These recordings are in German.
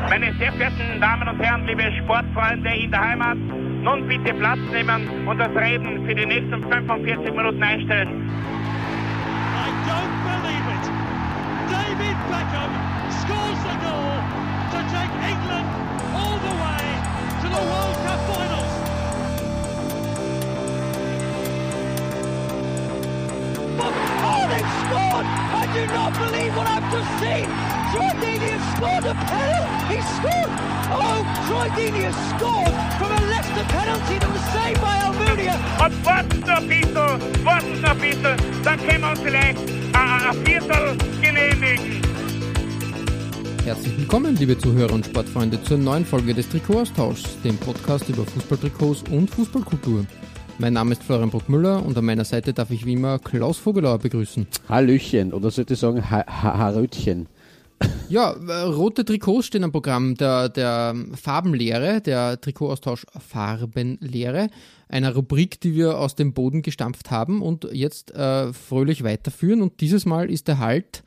Meine sehr verehrten Damen und Herren, liebe Sportfreunde in der Heimat, nun bitte Platz nehmen und das Reden für die nächsten 45 Minuten einstellen. I don't believe it. David Beckham scores the goal to take England all the way to the World Cup finals. Oh, they've scored! I do not believe what I've just seen! Troy Deeney has scored a penalty! He scored! Oh, Troy Deeney has scored from a Leicester penalty that was saved by Almunia! Und warten noch ein bisschen, dann können wir uns vielleicht ein Viertel genehmigen. Herzlich willkommen, liebe Zuhörer und Sportfreunde, zur neuen Folge des Trikotaustauschs, dem Podcast über Fußballtrikots und Fußballkultur. Mein Name ist Florian Bruckmüller und an meiner Seite darf ich wie immer Klaus Vogelauer begrüßen. Hallöchen, oder sollte ich sagen Harötchen. Ja, rote Trikots stehen am Programm der Farbenlehre, der Trikotaustausch Farbenlehre, einer Rubrik, die wir aus dem Boden gestampft haben und jetzt fröhlich weiterführen. Und dieses Mal ist der Halt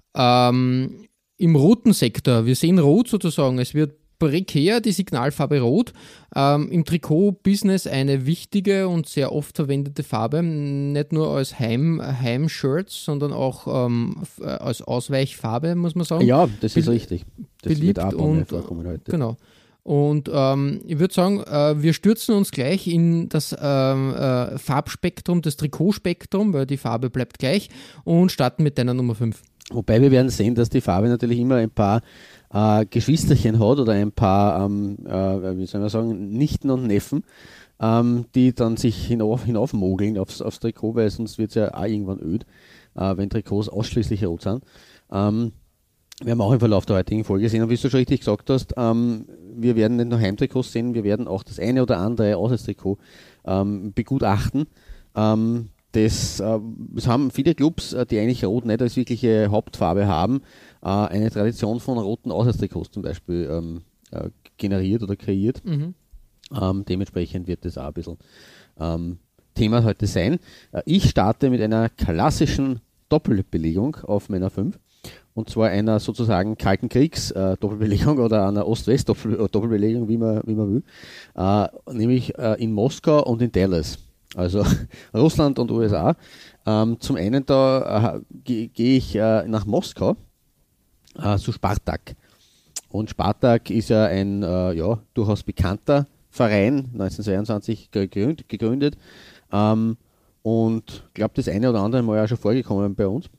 im roten Sektor. Wir sehen rot sozusagen, es wird prekär, die Signalfarbe Rot. Im Trikot-Business eine wichtige und sehr oft verwendete Farbe, nicht nur als Heimshirts, sondern auch als Ausweichfarbe, muss man sagen. Ja, das ist richtig. Das beliebt wird auch und vorkommen heute. Genau. Und ich würde sagen, wir stürzen uns gleich in das Farbspektrum, das Trikotspektrum, weil die Farbe bleibt gleich, und starten mit deiner Nummer 5. Wobei wir werden sehen, dass die Farbe natürlich immer ein paar Geschwisterchen hat oder ein paar, wie soll man sagen, Nichten und Neffen, die dann sich hinaufmogeln aufs Trikot, weil sonst wird es ja auch irgendwann öd, wenn Trikots ausschließlich rot sind. Werden wir auch im Verlauf der heutigen Folge sehen. Und wie du schon richtig gesagt hast, wir werden nicht nur Heimtrikots sehen, wir werden auch das eine oder andere Auswärtstrikot begutachten. Es haben viele Clubs, die eigentlich Rot nicht als wirkliche Hauptfarbe haben, eine Tradition von roten Auswärtstrikots zum Beispiel generiert oder kreiert. Mhm. Dementsprechend wird das auch ein bisschen Thema heute sein. Ich starte mit einer klassischen Doppelbelegung auf meiner 5. Und zwar einer sozusagen Kalten Kriegs Doppelbelegung oder einer Ost-West Doppelbelegung, wie man will. Nämlich in Moskau und in Dallas. Also Russland und USA. Zum einen da gehe ich nach Moskau zu Spartak. Und Spartak ist ja ein durchaus bekannter Verein, 1922 gegründet. Und ich glaube, das eine oder andere Mal auch schon vorgekommen bei uns.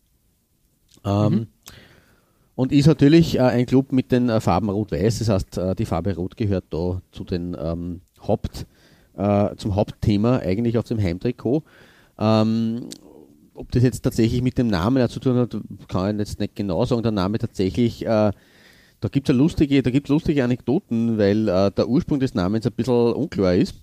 Und ist natürlich ein Club mit den Farben Rot-Weiß. Das heißt, die Farbe Rot gehört da zu den zum Hauptthema eigentlich auf dem Heimtrikot. Ob das jetzt tatsächlich mit dem Namen zu tun hat, kann ich jetzt nicht genau sagen. Der Name tatsächlich, da gibt es lustige Anekdoten, weil der Ursprung des Namens ein bisschen unklar ist.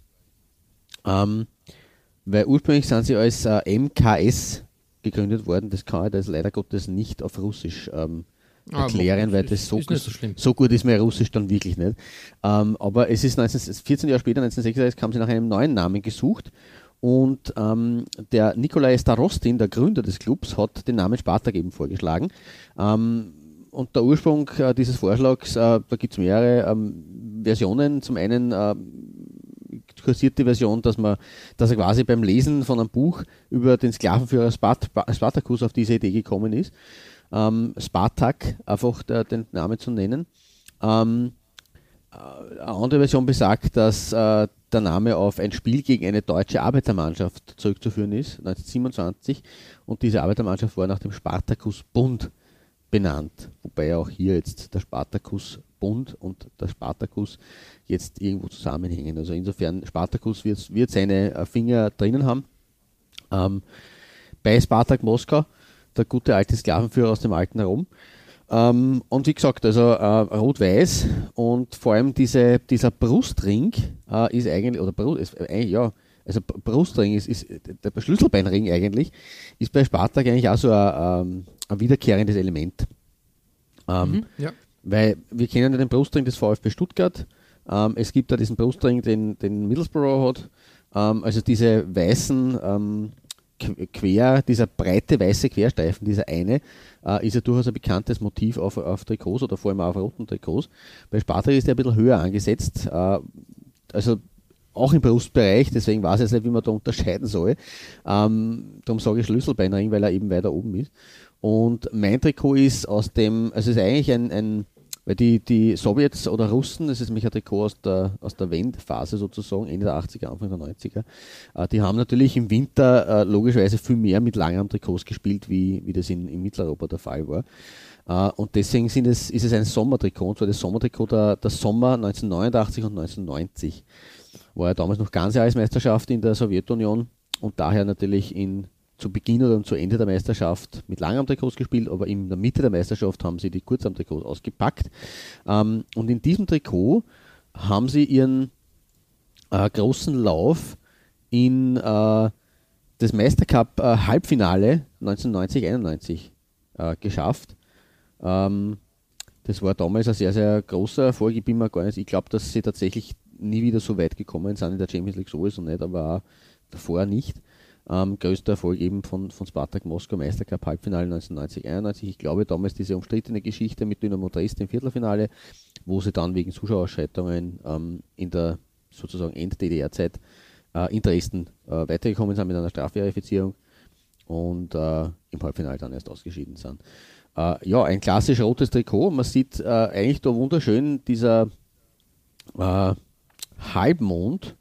Weil ursprünglich sind sie als MKS gegründet worden. Das kann ich das leider Gottes nicht auf Russisch erklären, weil das so gut ist mir Russisch dann wirklich nicht. Aber es ist 14 Jahre später, 1966, haben sie nach einem neuen Namen gesucht und der Nikolai Starostin, der Gründer des Clubs, hat den Namen Spartak eben vorgeschlagen. Und der Ursprung dieses Vorschlags, da gibt es mehrere Versionen. Zum einen kursiert die Version, dass er quasi beim Lesen von einem Buch über den Sklavenführer Spartacus auf diese Idee gekommen ist. Spartak, einfach den Namen zu nennen. Eine andere Version besagt, dass der Name auf ein Spiel gegen eine deutsche Arbeitermannschaft zurückzuführen ist, 1927. Und diese Arbeitermannschaft war nach dem Spartakus-Bund benannt. Wobei auch hier jetzt der Spartakus-Bund und der Spartakus jetzt irgendwo zusammenhängen. Also insofern, Spartakus wird seine Finger drinnen haben. Bei Spartak Moskau, der gute alte Sklavenführer aus dem alten Rom. Und wie gesagt, also Rot-Weiß und vor allem dieser Brustring ist eigentlich, also Brustring ist der Schlüsselbeinring eigentlich, ist bei Spartak eigentlich auch so ein wiederkehrendes Element. Weil wir kennen ja den Brustring des VfB Stuttgart, es gibt da diesen Brustring, den Middlesbrough hat, also diese weißen dieser breite weiße Querstreifen, dieser eine, ist ja durchaus ein bekanntes Motiv auf Trikots oder vor allem auf roten Trikots. Bei Spartak ist der ein bisschen höher angesetzt, also auch im Brustbereich, deswegen weiß ich jetzt nicht, wie man da unterscheiden soll. Darum sage ich Schlüsselbeinring, weil er eben weiter oben ist. Und mein Trikot ist aus dem, also es ist eigentlich weil die Sowjets oder Russen, das ist nämlich ein Trikot aus der Wendphase sozusagen, Ende der 80er, Anfang der 90er, die haben natürlich im Winter logischerweise viel mehr mit Langarm-Trikots gespielt, wie das in Mitteleuropa der Fall war. Und deswegen ist es ein Sommertrikot, und zwar das Sommertrikot der Sommer 1989 und 1990. War ja damals noch Ganzjahresmeisterschaft in der Sowjetunion und daher natürlich zu Beginn oder zu Ende der Meisterschaft mit Langarm-Trikots gespielt, aber in der Mitte der Meisterschaft haben sie die Kurzarm-Trikots ausgepackt. Und in diesem Trikot haben sie ihren großen Lauf in das Meistercup Halbfinale 1990-91 geschafft. Das war damals ein sehr, sehr großer Erfolg. Ich glaube, dass sie tatsächlich nie wieder so weit gekommen sind in der Champions League sowieso nicht, aber auch davor nicht. Größter Erfolg eben von Spartak Moskau, Meistercup Halbfinale 1990-91. Ich glaube damals diese umstrittene Geschichte mit Dynamo Dresden im Viertelfinale, wo sie dann wegen Zuschauerausschreitungen in der sozusagen End-DDR-Zeit in Dresden weitergekommen sind mit einer Strafverifizierung und im Halbfinale dann erst ausgeschieden sind. Ein klassisch rotes Trikot. Man sieht eigentlich da wunderschön dieser Halbmond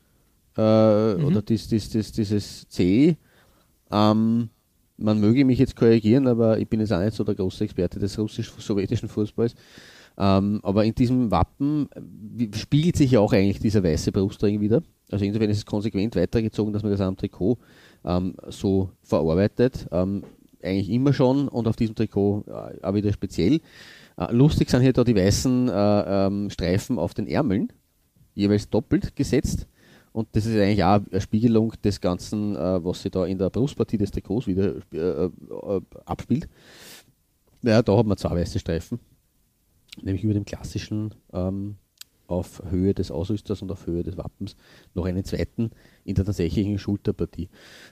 oder dieses C. Man möge mich jetzt korrigieren, aber ich bin jetzt auch nicht so der große Experte des russisch-sowjetischen Fußballs. Aber in diesem Wappen spiegelt sich ja auch eigentlich dieser weiße Brustring wieder. Also insofern ist es konsequent weitergezogen, dass man das am Trikot so verarbeitet. Eigentlich immer schon und auf diesem Trikot auch wieder speziell. Lustig sind hier da die weißen Streifen auf den Ärmeln, jeweils doppelt gesetzt. Und das ist eigentlich auch eine Spiegelung des Ganzen, was sich da in der Brustpartie des Trikots wieder abspielt. Ja, da hat man zwei weiße Streifen, nämlich über dem klassischen auf Höhe des Ausrüsters und auf Höhe des Wappens noch einen zweiten in der tatsächlichen Schulterpartie.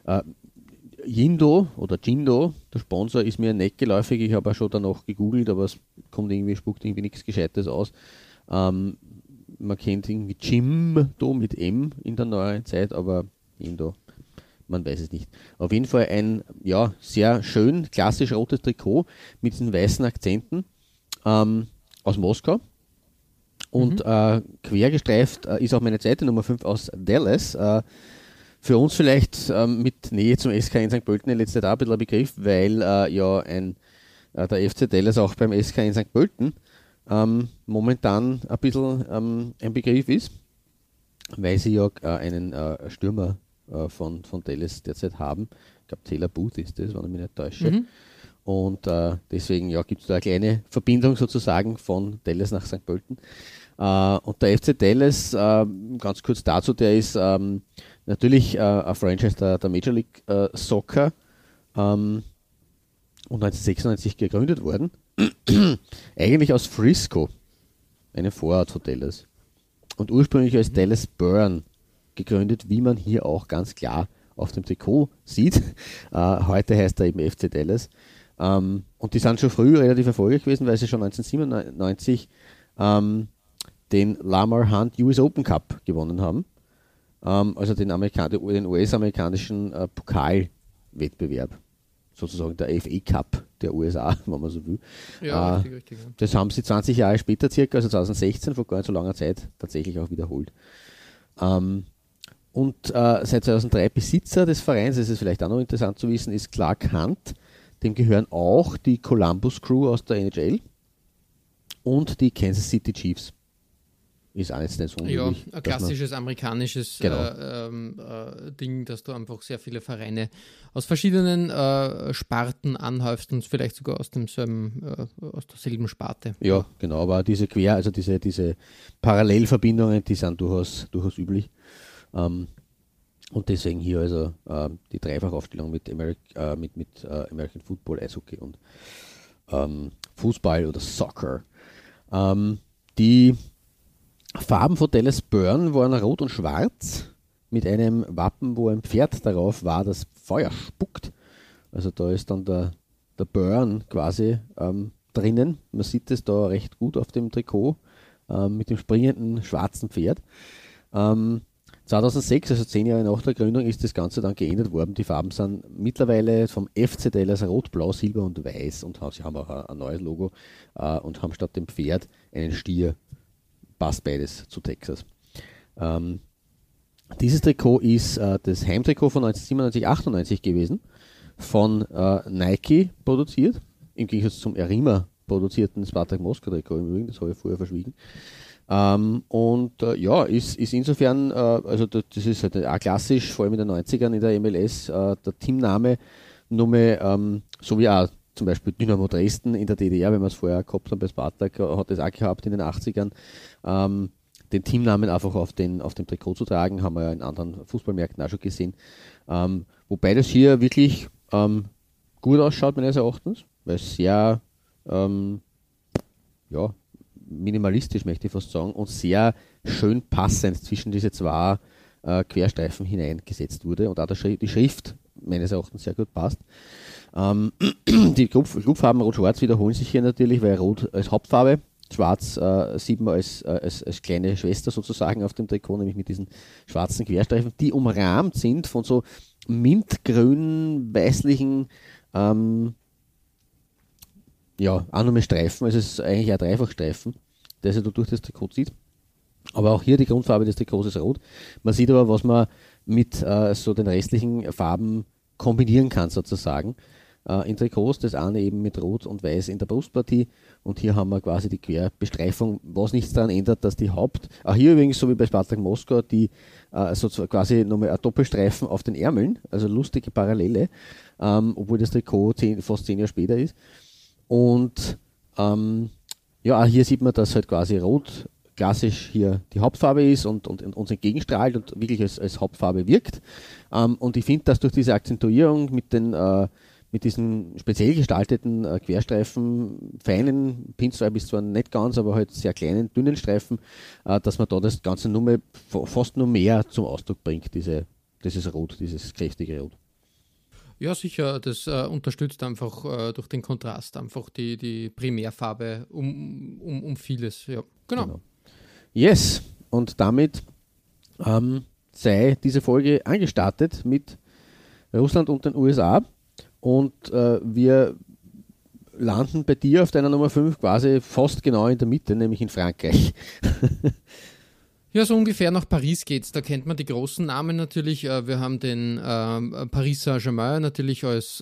Jindo, der Sponsor, ist mir nicht geläufig. Ich habe auch schon danach gegoogelt, aber es spuckt irgendwie nichts Gescheites aus. Man kennt irgendwie Jimdo mit M in der neueren Zeit, aber Jindo, man weiß es nicht. Auf jeden Fall ein sehr schön, klassisch rotes Trikot mit diesen weißen Akzenten aus Moskau. Und quergestreift ist auch meine zweite Nummer 5 aus Dallas. Für uns vielleicht mit Nähe zum SK in St. Pölten in letzter Zeit auch ein bisschen ein Begriff, weil der FC Dallas auch beim SK in St. Pölten momentan ein bisschen ein Begriff ist, weil sie ja einen Stürmer von Dallas derzeit haben. Ich glaube, Taylor Booth ist das, wenn ich mich nicht täusche. Und deswegen gibt es da eine kleine Verbindung sozusagen von Dallas nach St. Pölten. Und der FC Dallas, ganz kurz dazu, der ist natürlich ein Franchise der Major League Soccer und 1996 gegründet worden. Eigentlich aus Frisco, eine Vorort von Dallas. Und ursprünglich als Dallas Burn gegründet, wie man hier auch ganz klar auf dem Trikot sieht. Heute heißt er eben FC Dallas. Und die sind schon früh relativ erfolgreich gewesen, weil sie schon 1997 den Lamar Hunt US Open Cup gewonnen haben. Also den US-amerikanischen Pokalwettbewerb. Sozusagen der FA Cup der USA, wenn man so will. Ja, richtig. Das haben sie 20 Jahre später circa, also 2016, vor gar nicht so langer Zeit, tatsächlich auch wiederholt. Und seit 2003 Besitzer des Vereins, das ist vielleicht auch noch interessant zu wissen, ist Clark Hunt. Dem gehören auch die Columbus Crew aus der NHL und die Kansas City Chiefs. Ist auch jetzt nicht so unüblich. Ja, ein klassisches amerikanisches Ding, dass du einfach sehr viele Vereine aus verschiedenen Sparten anhäufst und vielleicht sogar aus derselben Sparte. Ja, genau, aber diese diese Parallelverbindungen, die sind durchaus üblich. Und deswegen hier also die Dreifachaufstellung mit American Football, Eishockey und Fußball oder Soccer. Die Farben von Dallas Burn waren rot und schwarz. mit einem Wappen, wo ein Pferd darauf war, das Feuer spuckt. Also da ist dann der Burn quasi drinnen. Man sieht es da recht gut auf dem Trikot mit dem springenden schwarzen Pferd. 2006, also 10 Jahre nach der Gründung, ist das Ganze dann geändert worden. Die Farben sind mittlerweile vom FC Dallas rot, blau, silber und weiß und sie haben auch ein neues Logo und haben statt dem Pferd einen Stier. Passt beides zu Texas. Dieses Trikot ist das Heimtrikot von 1997-98 gewesen, von Nike produziert, im Gegensatz zum Erima produzierten Spartak Moskau Trikot im Übrigen, das habe ich vorher verschwiegen. Ist insofern, also das ist halt auch klassisch, vor allem in den 90ern in der MLS, der Teamname Nummer, so wie auch zum Beispiel Dynamo Dresden in der DDR, wenn wir es vorher gehabt haben bei Spartak, hat es auch gehabt in den 80ern, den Teamnamen einfach auf dem Trikot zu tragen, haben wir ja in anderen Fußballmärkten auch schon gesehen. Wobei das hier wirklich gut ausschaut, meines Erachtens, weil es sehr minimalistisch, möchte ich fast sagen, und sehr schön passend zwischen diese zwei Querstreifen hineingesetzt wurde und auch die Schrift meines Erachtens sehr gut passt. Die Clubfarben Rot-Schwarz wiederholen sich hier natürlich, weil Rot als Hauptfarbe, Schwarz sieht man als kleine Schwester sozusagen auf dem Trikot, nämlich mit diesen schwarzen Querstreifen, die umrahmt sind von so mintgrünen, weißlichen auch nochmal Streifen, also es ist eigentlich ein Dreifachstreifen, der sich da durch das Trikot zieht. Aber auch hier die Grundfarbe des Trikots ist rot. Man sieht aber, was man mit so den restlichen Farben kombinieren kann sozusagen. In Trikots, das eine eben mit Rot und Weiß in der Brustpartie und hier haben wir quasi die Querbestreifung, was nichts daran ändert, dass die auch hier übrigens, so wie bei Spartak Moskau, die quasi nochmal ein Doppelstreifen auf den Ärmeln, also lustige Parallele, obwohl das Trikot fast 10 Jahre später ist. Und hier sieht man, dass halt quasi Rot klassisch hier die Hauptfarbe ist und uns entgegenstrahlt und wirklich als Hauptfarbe wirkt. Und ich finde, dass durch diese Akzentuierung mit diesen speziell gestalteten Querstreifen, feinen Pinstripe ist zwar nicht ganz, aber halt sehr kleinen, dünnen Streifen, dass man da das Ganze fast nur mehr zum Ausdruck bringt, dieses Rot, dieses kräftige Rot. Ja, sicher, das unterstützt einfach durch den Kontrast einfach die Primärfarbe um vieles. Ja, genau. Yes, und damit sei diese Folge angestartet mit Russland und den USA und wir landen bei dir auf deiner Nummer 5 quasi fast genau in der Mitte, nämlich in Frankreich. Ja, so ungefähr nach Paris geht's. Da kennt man die großen Namen natürlich. Wir haben den Paris Saint-Germain natürlich als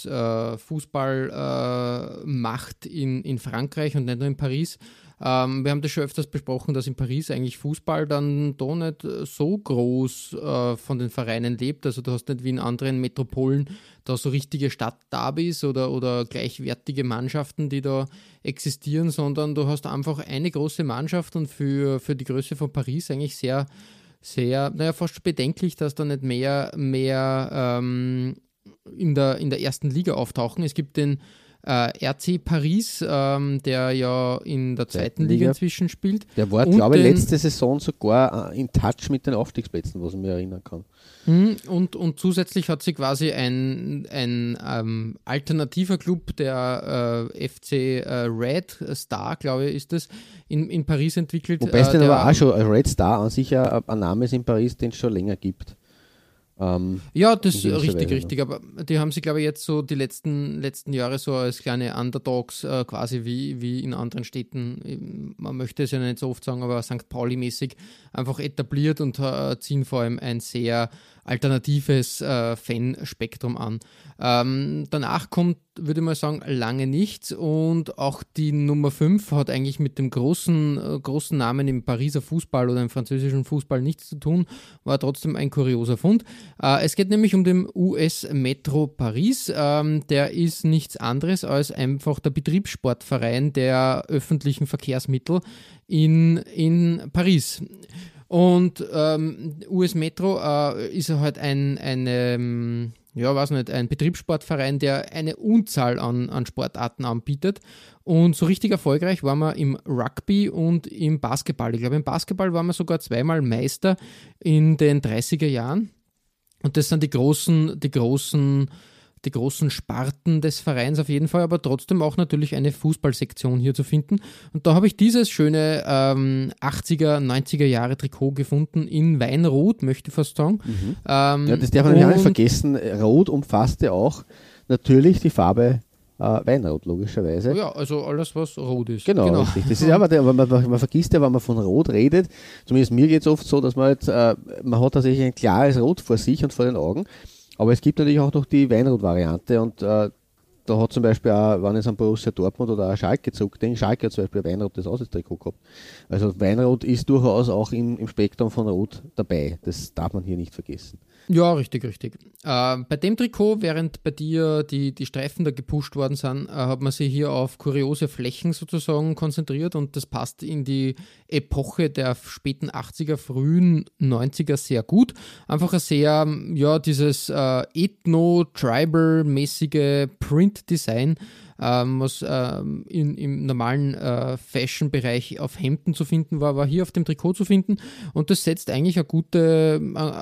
Fußballmacht in Frankreich und nicht nur in Paris. Wir haben das schon öfters besprochen, dass in Paris eigentlich Fußball dann doch nicht so groß von den Vereinen lebt. Also du hast nicht wie in anderen Metropolen da so richtige Stadtderbys oder gleichwertige Mannschaften, die da existieren, sondern du hast einfach eine große Mannschaft und für die Größe von Paris eigentlich sehr, sehr, fast bedenklich, dass da nicht mehr in der ersten Liga auftauchen. Es gibt den RC Paris, der ja in der zweiten Liga inzwischen spielt. Der war, glaube ich, letzte Saison sogar in Touch mit den Aufstiegsplätzen, was ich mir erinnern kann. Und zusätzlich hat sie quasi ein alternativer Club, der FC Red Star, glaube ich, ist das, in Paris entwickelt. Wobei es denn aber auch schon Red Star an sich ein Name ist in Paris, den es schon länger gibt. Ja, das ist richtig, aber die haben sie, glaube ich, jetzt so die letzten Jahre so als kleine Underdogs quasi wie in anderen Städten, man möchte es ja nicht so oft sagen, aber St. Pauli-mäßig einfach etabliert und ziehen vor allem ein sehr alternatives Fanspektrum an. Danach kommt, würde ich mal sagen, lange nichts und auch die Nummer 5 hat eigentlich mit dem großen Namen im Pariser Fußball oder im französischen Fußball nichts zu tun, war trotzdem ein kurioser Fund. Es geht nämlich um den US Metro Paris, der ist nichts anderes als einfach der Betriebssportverein der öffentlichen Verkehrsmittel in Paris. Und US Metro ist halt eine ein Betriebssportverein, der eine Unzahl an Sportarten anbietet. Und so richtig erfolgreich waren wir im Rugby und im Basketball. Ich glaube, im Basketball waren wir sogar zweimal Meister in den 30er Jahren. Und das sind die großen Sparten des Vereins auf jeden Fall, aber trotzdem auch natürlich eine Fußballsektion hier zu finden. Und da habe ich dieses schöne 80er, 90er Jahre Trikot gefunden in Weinrot, möchte ich fast sagen. Das darf man nicht vergessen. Rot umfasste auch natürlich die Farbe Weinrot, logischerweise. Ja, also alles, was rot ist. Genau. Richtig. Das ist aber man vergisst ja, wenn man von Rot redet, zumindest mir geht es oft so, dass man man hat tatsächlich ein klares Rot vor sich und vor den Augen. Aber es gibt natürlich auch noch die Weinrot-Variante und da hat zum Beispiel auch, wenn es an Borussia Dortmund oder Schalke zurückdenkt, Schalke hat zum Beispiel ein Weinrot das Außentrikot gehabt. Also Weinrot ist durchaus auch im Spektrum von Rot dabei. Das darf man hier nicht vergessen. Ja, richtig. Bei dem Trikot, während bei dir die Streifen da gepusht worden sind, hat man sich hier auf kuriose Flächen sozusagen konzentriert und das passt in die Epoche der späten 80er, frühen 90er sehr gut. Einfach ein sehr, dieses Ethno-Tribal-mäßige Print-Design, was im normalen Fashion-Bereich auf Hemden zu finden war hier auf dem Trikot zu finden und das setzt eigentlich eine gute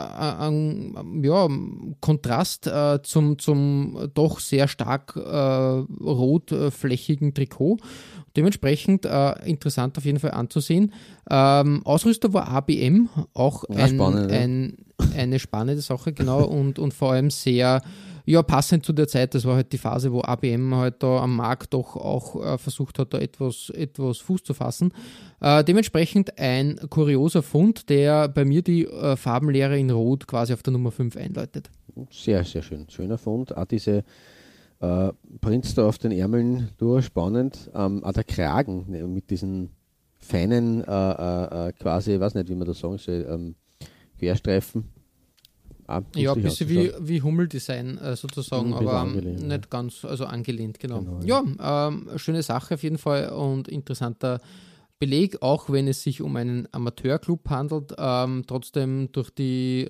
Kontrast zum doch sehr stark rotflächigen Trikot. Dementsprechend interessant auf jeden Fall anzusehen. Ausrüster war ABM, auch eine spannende Sache, genau, und vor allem sehr passend zu der Zeit. Das war halt die Phase, wo ABM halt da am Markt doch auch versucht hat, da etwas Fuß zu fassen. Dementsprechend ein kurioser Fund, der bei mir die Farbenlehre in Rot quasi auf der Nummer 5 einläutet. Sehr, sehr schön. Schöner Fund. Auch diese Prints da auf den Ärmeln, durchspannend. Auch der Kragen mit diesen feinen, quasi, ich weiß nicht, wie man das sagen soll, Querstreifen. Ein bisschen wie Hummeldesign sozusagen, aber nicht ganz, also angelehnt, genau. Schöne Sache auf jeden Fall und interessanter Beleg, auch wenn es sich um einen Amateurclub handelt, trotzdem durch die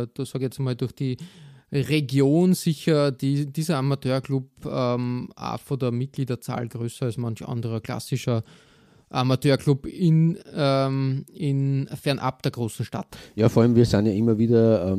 Region sicher dieser Amateurclub auch von der Mitgliederzahl größer als manch anderer klassischer Amateurclub in fernab der großen Stadt. Ja, vor allem wir sind ja immer wieder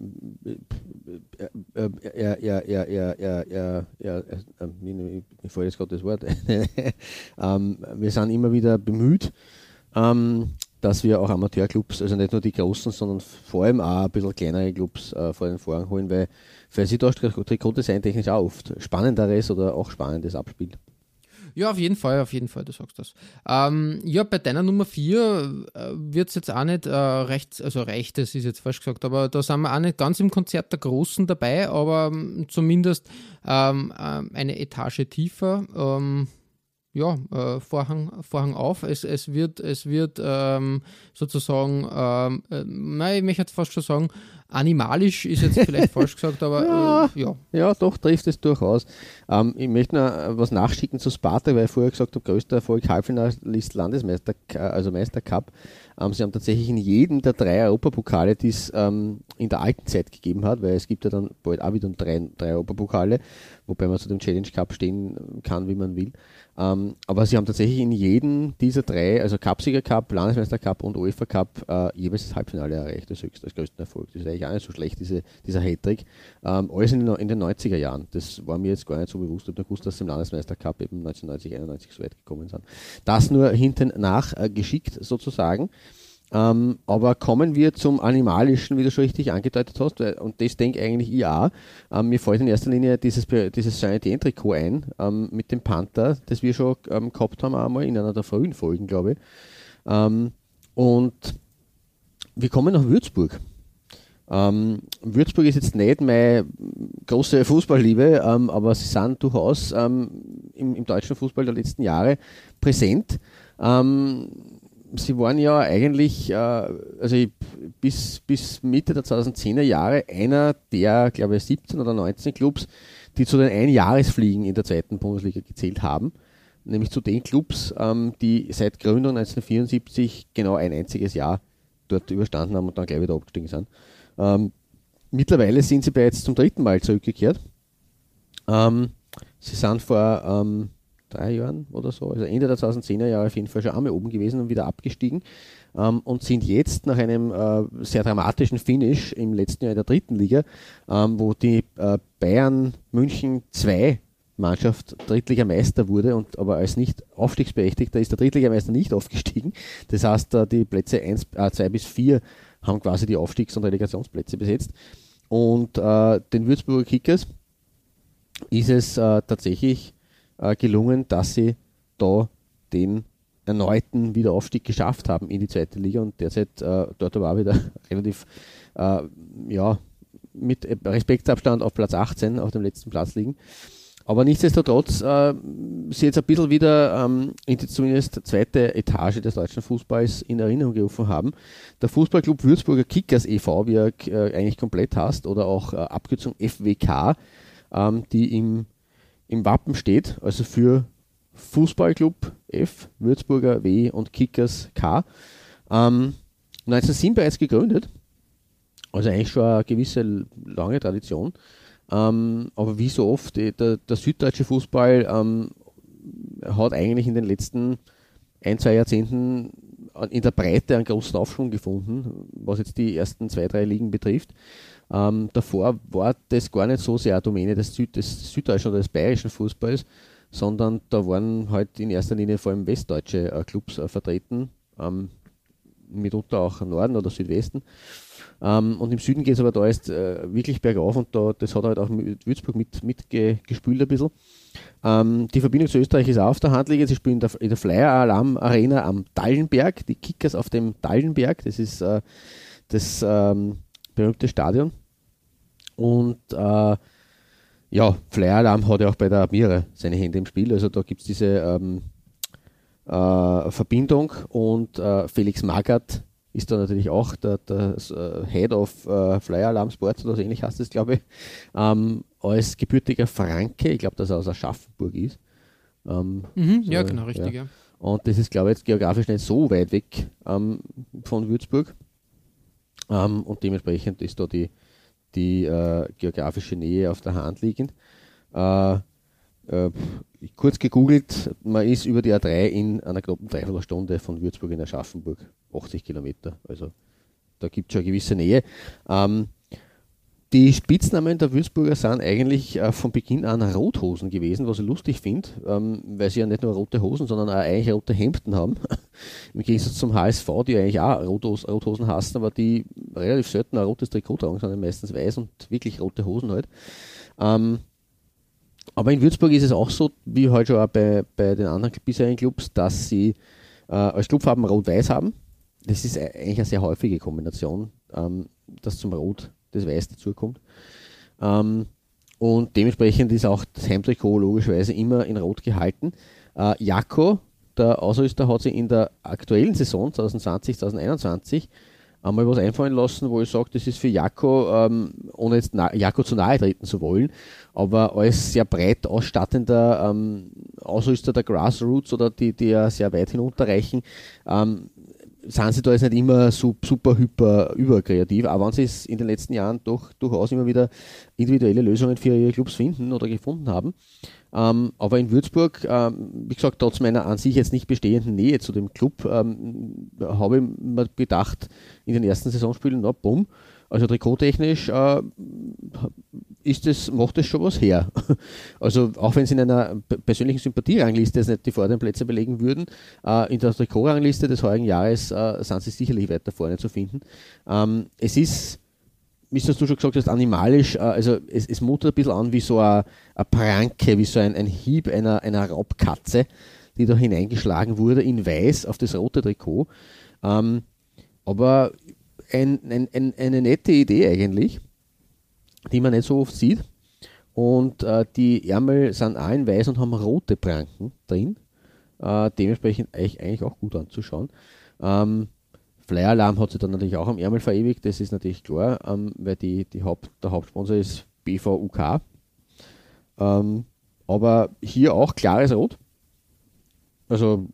mir fällt jetzt gerade das Wort. Wir sind immer wieder bemüht, dass wir auch Amateurclubs, also nicht nur die großen, sondern vor allem auch ein bisschen kleinere Clubs vor den Vorhang holen, weil sie da Trikotdesign technisch auch oft spannenderes oder auch spannendes abspielt. Ja, auf jeden Fall, du sagst das. Bei deiner Nummer 4 wird es jetzt auch nicht reicht es, ist jetzt falsch gesagt, aber da sind wir auch nicht ganz im Konzert der Großen dabei, aber zumindest eine Etage tiefer. Vorhang auf. Es wird sozusagen, ich möchte jetzt fast schon sagen, animalisch ist jetzt vielleicht falsch gesagt, aber Ja, doch, trifft es durchaus. Ich möchte noch was nachschicken zu Sparta, weil ich vorher gesagt habe, größter Erfolg, Halbfinalist Landesmeister, also Meistercup. Sie haben tatsächlich in jedem der 3 Europapokale, die es in der alten Zeit gegeben hat, weil es gibt ja dann bald auch wieder 3 Europapokale, wobei man zu dem Challenge Cup stehen kann, wie man will. Aber sie haben tatsächlich in jedem dieser 3, also Cupsieger Cup, Landesmeister Cup und UEFA Cup, jeweils das Halbfinale erreicht, als größten Erfolg. Das ist eigentlich auch nicht so schlecht, dieser Hattrick. Alles in den 90er Jahren. Das war mir jetzt gar nicht so bewusst. Ich habe nur gewusst, dass sie im Landesmeister Cup eben 1990, 91 so weit gekommen sind. Das nur hinten nach geschickt sozusagen. Aber kommen wir zum Animalischen, wie du schon richtig angedeutet hast, und das denke eigentlich ich auch. Mir fällt in erster Linie dieses Saint-Étienne-Trikot ein, mit dem Panther, das wir schon gehabt haben, einmal in einer der frühen Folgen, glaube ich. Und wir kommen nach Würzburg. Würzburg ist jetzt nicht meine große Fußballliebe, aber sie sind durchaus im deutschen Fußball der letzten Jahre präsent. Sie waren ja eigentlich, bis Mitte der 2010er Jahre einer der, glaube ich, 17 oder 19 Clubs, die zu den Einjahresfliegen in der zweiten Bundesliga gezählt haben. Nämlich zu den Clubs, die seit Gründung 1974 genau ein einziges Jahr dort überstanden haben und dann gleich wieder abgestiegen sind. mittlerweile sind sie bereits zum 3. Mal zurückgekehrt. Sie sind vor 3 Jahren oder so, also Ende der 2010er Jahre auf jeden Fall schon einmal oben gewesen und wieder abgestiegen und sind jetzt nach einem sehr dramatischen Finish im letzten Jahr in der 3. Liga, wo die Bayern München 2 Mannschaft Drittligameister wurde und aber als nicht aufstiegsberechtigter ist der Drittligameister nicht aufgestiegen. Das heißt, die Plätze 2 bis 4 haben quasi die Aufstiegs- und Relegationsplätze besetzt. Und den Würzburger Kickers ist es tatsächlich gelungen, dass sie da den erneuten Wiederaufstieg geschafft haben in die 2. Liga und derzeit dort aber auch wieder relativ mit Respektabstand auf Platz 18 auf dem letzten Platz liegen. Aber nichtsdestotrotz sie jetzt ein bisschen wieder in die zumindest 2. Etage des deutschen Fußballs in Erinnerung gerufen haben. Der Fußballclub Würzburger Kickers e.V., wie er eigentlich komplett heißt, oder auch Abkürzung FWK, die im Wappen steht, also für Fußballclub F, Würzburger W und Kickers K. 1907 bereits gegründet, also eigentlich schon eine gewisse lange Tradition. Aber wie so oft, der süddeutsche Fußball hat eigentlich in den letzten 1-2 Jahrzehnten in der Breite einen großen Aufschwung gefunden, was jetzt die ersten 2-3 Ligen betrifft. Davor war das gar nicht so sehr eine Domäne des süddeutschen oder des bayerischen Fußballs, sondern da waren halt in erster Linie vor allem westdeutsche Clubs vertreten, mitunter auch Norden oder Südwesten. Und im Süden geht es aber da erst wirklich bergauf und das hat halt auch mit Würzburg mitgespült ein bisschen. Die Verbindung zu Österreich ist auch auf der Hand liegend. Sie spielen in der Flyer Alarm Arena am Dallenberg, die Kickers auf dem Dallenberg, das ist das berühmte Stadion. Und Flyer Alarm hat ja auch bei der Admira seine Hände im Spiel, also da gibt es diese Verbindung und Felix Magath ist da natürlich auch der Head of Flyer Alarm Sports oder so ähnlich heißt es, glaube ich, als gebürtiger Franke, ich glaube, dass er aus Aschaffenburg ist. Ja, genau, richtig, ja. Und das ist, glaube ich, jetzt geografisch nicht so weit weg von Würzburg. Und dementsprechend ist da die geografische Nähe auf der Hand liegend. Kurz gegoogelt, man ist über die A3 in einer knappen Dreiviertelstunde von Würzburg in Aschaffenburg, 80 Kilometer. Also da gibt es schon eine gewisse Nähe. Die Spitznamen der Würzburger sind eigentlich von Beginn an Rothosen gewesen, was ich lustig finde, weil sie ja nicht nur rote Hosen, sondern auch eigentlich rote Hemden haben. Im Gegensatz zum HSV, die eigentlich auch Rothosen hassen, aber die relativ selten ein rotes Trikot tragen, sondern meistens weiß und wirklich rote Hosen halt. Aber in Würzburg ist es auch so, wie halt schon auch bei den anderen bisherigen Clubs, dass sie als Clubfarben Rot-Weiß haben. Das ist eigentlich eine sehr häufige Kombination, dass zum Rot das Weiß dazukommt. Und dementsprechend ist auch das Heimtrikot logischerweise immer in Rot gehalten. Jako, der Ausrüster, hat sich in der aktuellen Saison 2020-2021 einmal was einfallen lassen, wo ich sage, das ist für Jako, ohne jetzt Jako zu nahe treten zu wollen, aber als sehr breit ausstattender Ausrüster der Grassroots oder die ja sehr weit hinunterreichen, sind sie da jetzt nicht immer super überkreativ, aber wenn sie es in den letzten Jahren durchaus immer wieder individuelle Lösungen für ihre Clubs finden oder gefunden haben. Aber in Würzburg, wie gesagt, trotz meiner an sich jetzt nicht bestehenden Nähe zu dem Club, habe ich mir gedacht, in den ersten Saisonspielen, na bumm, also trikottechnisch macht das schon was her. Also auch wenn sie in einer persönlichen Sympathierangliste jetzt nicht die vorderen Plätze belegen würden, in der Trikotrangliste des heurigen Jahres sind sie sicherlich weiter vorne zu finden. Es ist, wie du schon gesagt hast, animalisch, also es mutet ein bisschen an wie so eine Pranke, wie so ein Hieb einer Raubkatze, die da hineingeschlagen wurde in weiß auf das rote Trikot. Aber eine nette Idee eigentlich, die man nicht so oft sieht. Und die Ärmel sind auch in weiß und haben rote Pranken drin. Dementsprechend eigentlich auch gut anzuschauen. Flyer Alarm hat sich dann natürlich auch am Ärmel verewigt, das ist natürlich klar, weil der Hauptsponsor ist BVUK. Aber hier auch klares Rot. Also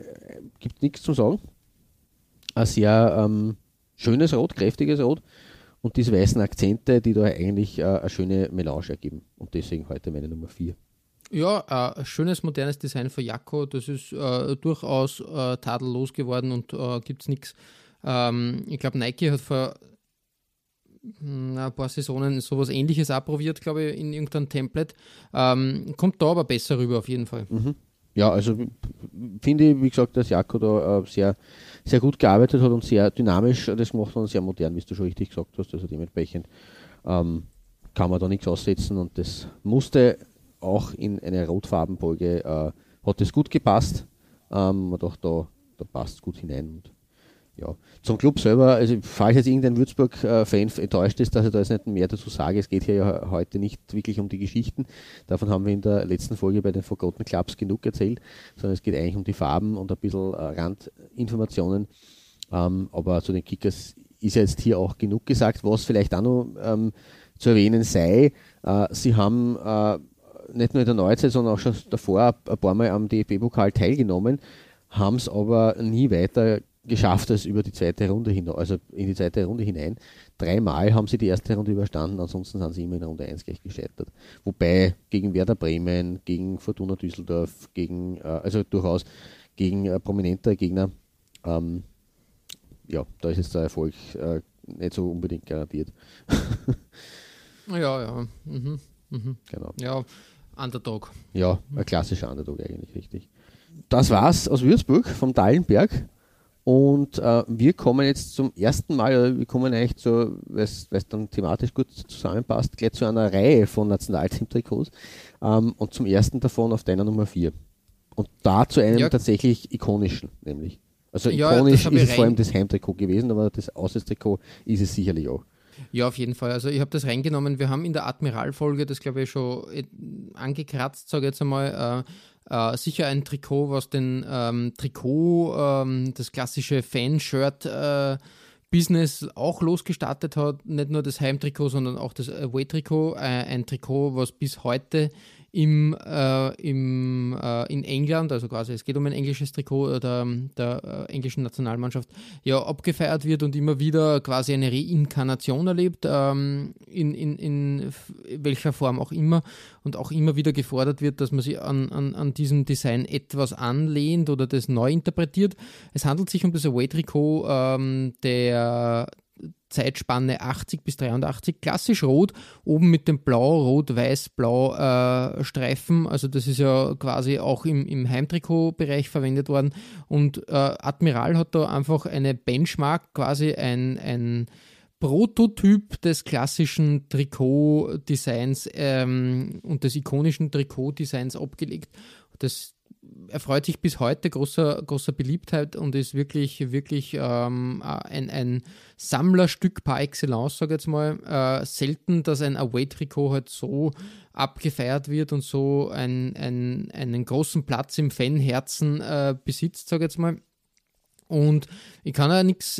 gibt nichts zu sagen. Ein sehr schönes Rot, kräftiges Rot. und diese weißen Akzente, die da eigentlich eine schöne Melange ergeben. Und deswegen heute meine Nummer 4. Ja, ein schönes, modernes Design für Jacko, das ist durchaus tadellos geworden und gibt es nichts. Ich glaube, Nike hat vor ein paar Saisonen sowas Ähnliches auch probiert, glaube ich, in irgendeinem Template. Kommt da aber besser rüber auf jeden Fall. Mhm. Ja, also finde ich, wie gesagt, dass Jacko da sehr, sehr gut gearbeitet hat und sehr dynamisch das gemacht hat und sehr modern, wie du schon richtig gesagt hast. Also dementsprechend kann man da nichts aussetzen und das musste auch in eine Rotfarbenfolge, hat das gut gepasst. Man dachte, da passt es gut hinein. Und ja, zum Club selber, also falls jetzt irgendein Würzburg-Fan enttäuscht ist, dass ich da jetzt nicht mehr dazu sage, es geht hier ja heute nicht wirklich um die Geschichten, davon haben wir in der letzten Folge bei den Forgotten Clubs genug erzählt, sondern es geht eigentlich um die Farben und ein bisschen Randinformationen, aber zu den Kickers ist ja jetzt hier auch genug gesagt. Was vielleicht auch noch zu erwähnen sei, sie haben nicht nur in der Neuzeit, sondern auch schon davor ein paar Mal am DFB-Pokal teilgenommen, haben es aber nie weiter geschafft als über die zweite Runde hinein, also in die zweite Runde hinein. 3-mal haben sie die erste Runde überstanden, ansonsten sind sie immer in Runde 1 gleich gescheitert. Wobei gegen Werder Bremen, gegen Fortuna Düsseldorf, also durchaus gegen prominente Gegner, ja, da ist jetzt der Erfolg nicht so unbedingt garantiert. Ja. Genau. Ja, Underdog. Ja, ein klassischer Underdog eigentlich, richtig. Das war's aus Würzburg vom Dallenberg. Und wir kommen jetzt zum ersten Mal, oder wir kommen eigentlich zu, weil es dann thematisch gut zusammenpasst, gleich zu einer Reihe von Nationalteam-Trikots und zum ersten davon auf deiner Nummer 4. Und da zu einem tatsächlich ikonischen, nämlich. Also ikonisch ist es vor allem das Heimtrikot gewesen, aber das Auswärtstrikot ist es sicherlich auch. Ja, auf jeden Fall. Also ich habe das reingenommen. Wir haben in der Admiral-Folge, das glaube ich schon angekratzt, sage ich jetzt einmal, sicher ein Trikot, was den Trikot, das klassische Fanshirt-Business auch losgestartet hat. Nicht nur das Heimtrikot, sondern auch das Away-Trikot. Ein Trikot, was bis heute in England, also quasi es geht um ein englisches Trikot der englischen Nationalmannschaft, ja, abgefeiert wird und immer wieder quasi eine Reinkarnation erlebt, in welcher Form auch immer, und auch immer wieder gefordert wird, dass man sich an diesem Design etwas anlehnt oder das neu interpretiert. Es handelt sich um das Away-Trikot der Zeitspanne 80 bis 83, klassisch rot, oben mit dem blau-rot-weiß-blau Streifen, also das ist ja quasi auch im Heimtrikot-Bereich verwendet worden, und Admiral hat da einfach eine Benchmark, quasi ein Prototyp des klassischen Trikot-Designs und des ikonischen Trikot-Designs abgelegt. Das erfreut sich bis heute großer Beliebtheit und ist wirklich ein Sammlerstück par excellence, sage ich jetzt mal. Selten, dass ein Away-Trikot halt so abgefeiert wird und so einen großen Platz im Fanherzen besitzt, sage ich jetzt mal. Und man kann ja nichts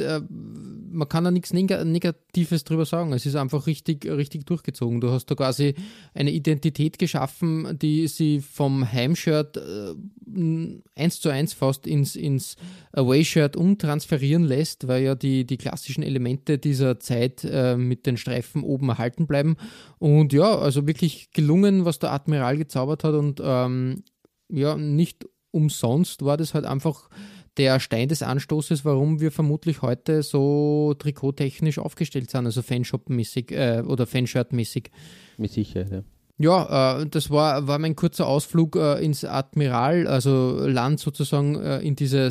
Negatives drüber sagen. Es ist einfach richtig durchgezogen. Du hast da quasi eine Identität geschaffen, die sie vom Heimshirt 1:1 fast ins Away-Shirt umtransferieren lässt, weil ja die klassischen Elemente dieser Zeit mit den Streifen oben erhalten bleiben. Und ja, also wirklich gelungen, was der Admiral gezaubert hat, und nicht umsonst war das halt einfach der Stein des Anstoßes, warum wir vermutlich heute so trikottechnisch aufgestellt sind, also Fanshop-mäßig oder Fanshirt-mäßig. Mit Sicherheit, ja. Ja, das war mein kurzer Ausflug ins Admiral, also Land sozusagen in diese